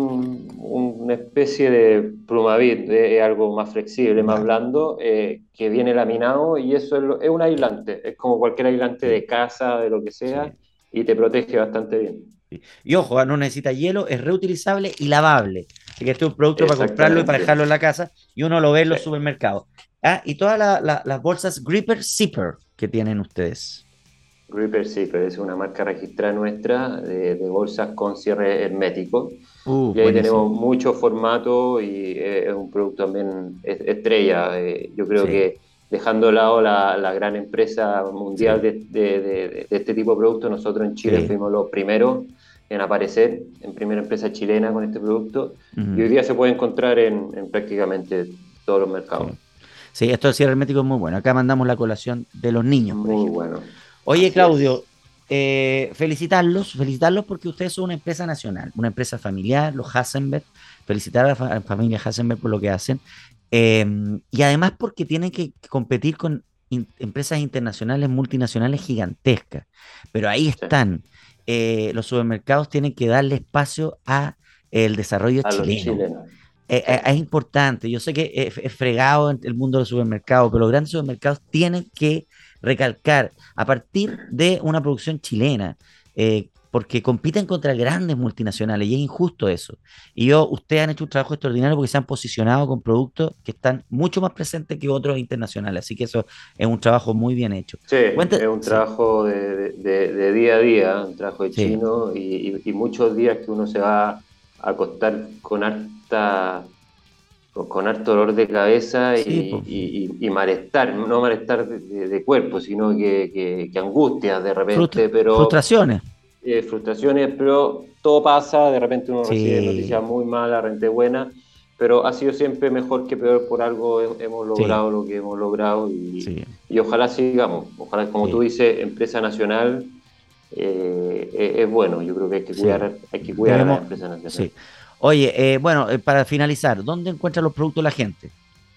una especie de plumavit, de algo más flexible, más Ya, blando, que viene laminado y eso es un aislante, es como cualquier aislante sí, de casa, de lo que sea, sí. y te protege bastante bien. Sí. Y ojo, no necesita hielo, es reutilizable y lavable. Así que este es un producto para comprarlo y para Exactamente. dejarlo en la casa y uno lo ve en Sí. los supermercados. Ah, y todas las bolsas Gripper Zipper que tienen ustedes. Gripper Zipper es una marca registrada nuestra de bolsas con cierre hermético. Y ahí Buenísimo. tenemos mucho formato y es un producto también estrella. Yo creo Sí, que dejando de lado la gran empresa mundial sí, de este tipo de productos, nosotros en Chile sí. fuimos los primeros en aparecer, en primera empresa chilena con este producto. Y Ujú, hoy día se puede encontrar en prácticamente todos los sí. mercados. Sí, esto del cierre hermético es muy bueno. Acá mandamos la colación de los niños, por Muy ejemplo. bueno. Oye, Así es. Claudio, felicitarlos porque ustedes son una empresa nacional, una empresa familiar, los Hassenberg, felicitar a la familia Hassenberg por lo que hacen, eh, y además porque tienen que competir con empresas internacionales, multinacionales gigantescas, pero ahí Sí. están. Los supermercados tienen que darle espacio a el desarrollo A los chileno. chilenos. Sí. Es importante. Yo sé que es fregado en el mundo del supermercado, pero los grandes supermercados tienen que recalcar a partir de una producción chilena, porque compiten contra grandes multinacionales y es injusto eso. Y ustedes han hecho un trabajo extraordinario porque se han posicionado con productos que están mucho más presentes que otros internacionales. Así que eso es un trabajo muy bien hecho. Sí, Cuenta, es un sí, trabajo de día a día, un trabajo de sí, chino y muchos días que uno se va a acostar con harto dolor de cabeza sí, po. y malestar, no malestar de cuerpo, sino que angustias de repente, pero Frustraciones. frustraciones, pero todo pasa, de repente uno recibe noticias Sí, muy malas, de repente buenas, pero ha sido siempre mejor que peor, por algo hemos sí, logrado lo que hemos logrado sí, y ojalá sigamos, ojalá, como tú sí, dices, empresa nacional es bueno, yo creo que sí. hay que cuidar a las Debemos, empresas nacionales. sí. Oye, bueno, para finalizar, ¿dónde encuentra los productos la gente?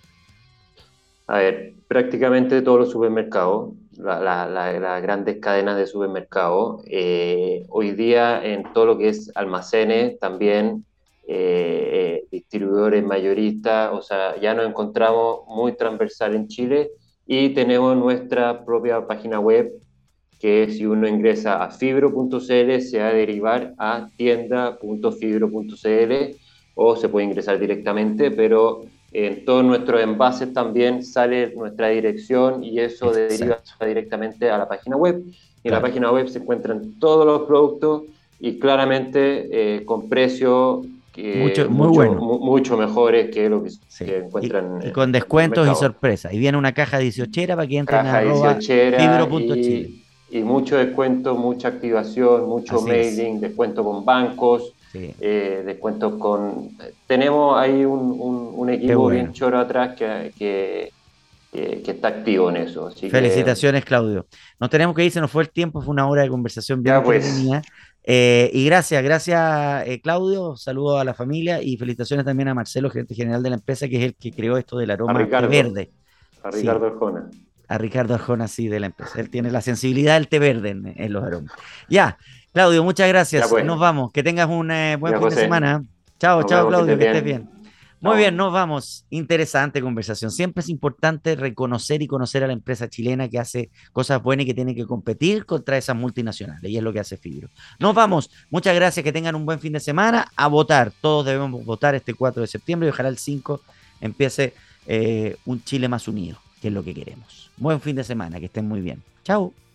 A ver, prácticamente todos los supermercados, las grandes cadenas de supermercados, hoy día en todo lo que es almacenes también, distribuidores mayoristas, o sea, ya nos encontramos muy transversal en Chile y tenemos nuestra propia página web que si uno ingresa a fibro.cl se va a derivar a tienda.fibro.cl o se puede ingresar directamente, pero en todos nuestros envases también sale nuestra dirección y eso deriva Exacto. directamente a la página web. Y en la Claro. página web se encuentran todos los productos y claramente con precio Muy bueno. mucho mejores que lo que Sí. se encuentran Y con en el descuentos y mercado. sorpresas. Y viene una caja 18 para que entren a Caja arroba 18 fibro.chile. y mucho descuento, mucha activación, mucho Así es. mailing, descuento con bancos, Sí. descuentos con... Tenemos ahí un Qué equipo bien bueno. choro atrás que está activo en eso. Así que Felicitaciones, Claudio. Nos tenemos que ir, se nos fue el tiempo, fue una hora de conversación bien ya pues, entretenida. Y gracias, Claudio. Saludos a la familia y felicitaciones también a Marcelo, gerente general de la empresa, que es el que creó esto del aroma té verde. A Sí, Ricardo Arjona. a Ricardo Arjona, sí, de la empresa. Él tiene la sensibilidad del té verde en los aromas. Ya, Claudio, muchas Ya gracias. pues, Nos vamos. Que tengas un buen ya fin de José, semana. Chao, nos chao, vemos, que Claudio, estés que estés bien. bien. Muy bien, Chao. nos vamos. Interesante conversación. Siempre es importante reconocer y conocer a la empresa chilena que hace cosas buenas y que tiene que competir contra esas multinacionales. Y es lo que hace Fibro. Nos vamos. Muchas gracias. Que tengan un buen fin de semana. A votar. Todos debemos votar este 4 de septiembre y ojalá el 5 empiece un Chile más unido, que es lo que queremos. Buen fin de semana. Que estén muy bien. Chao.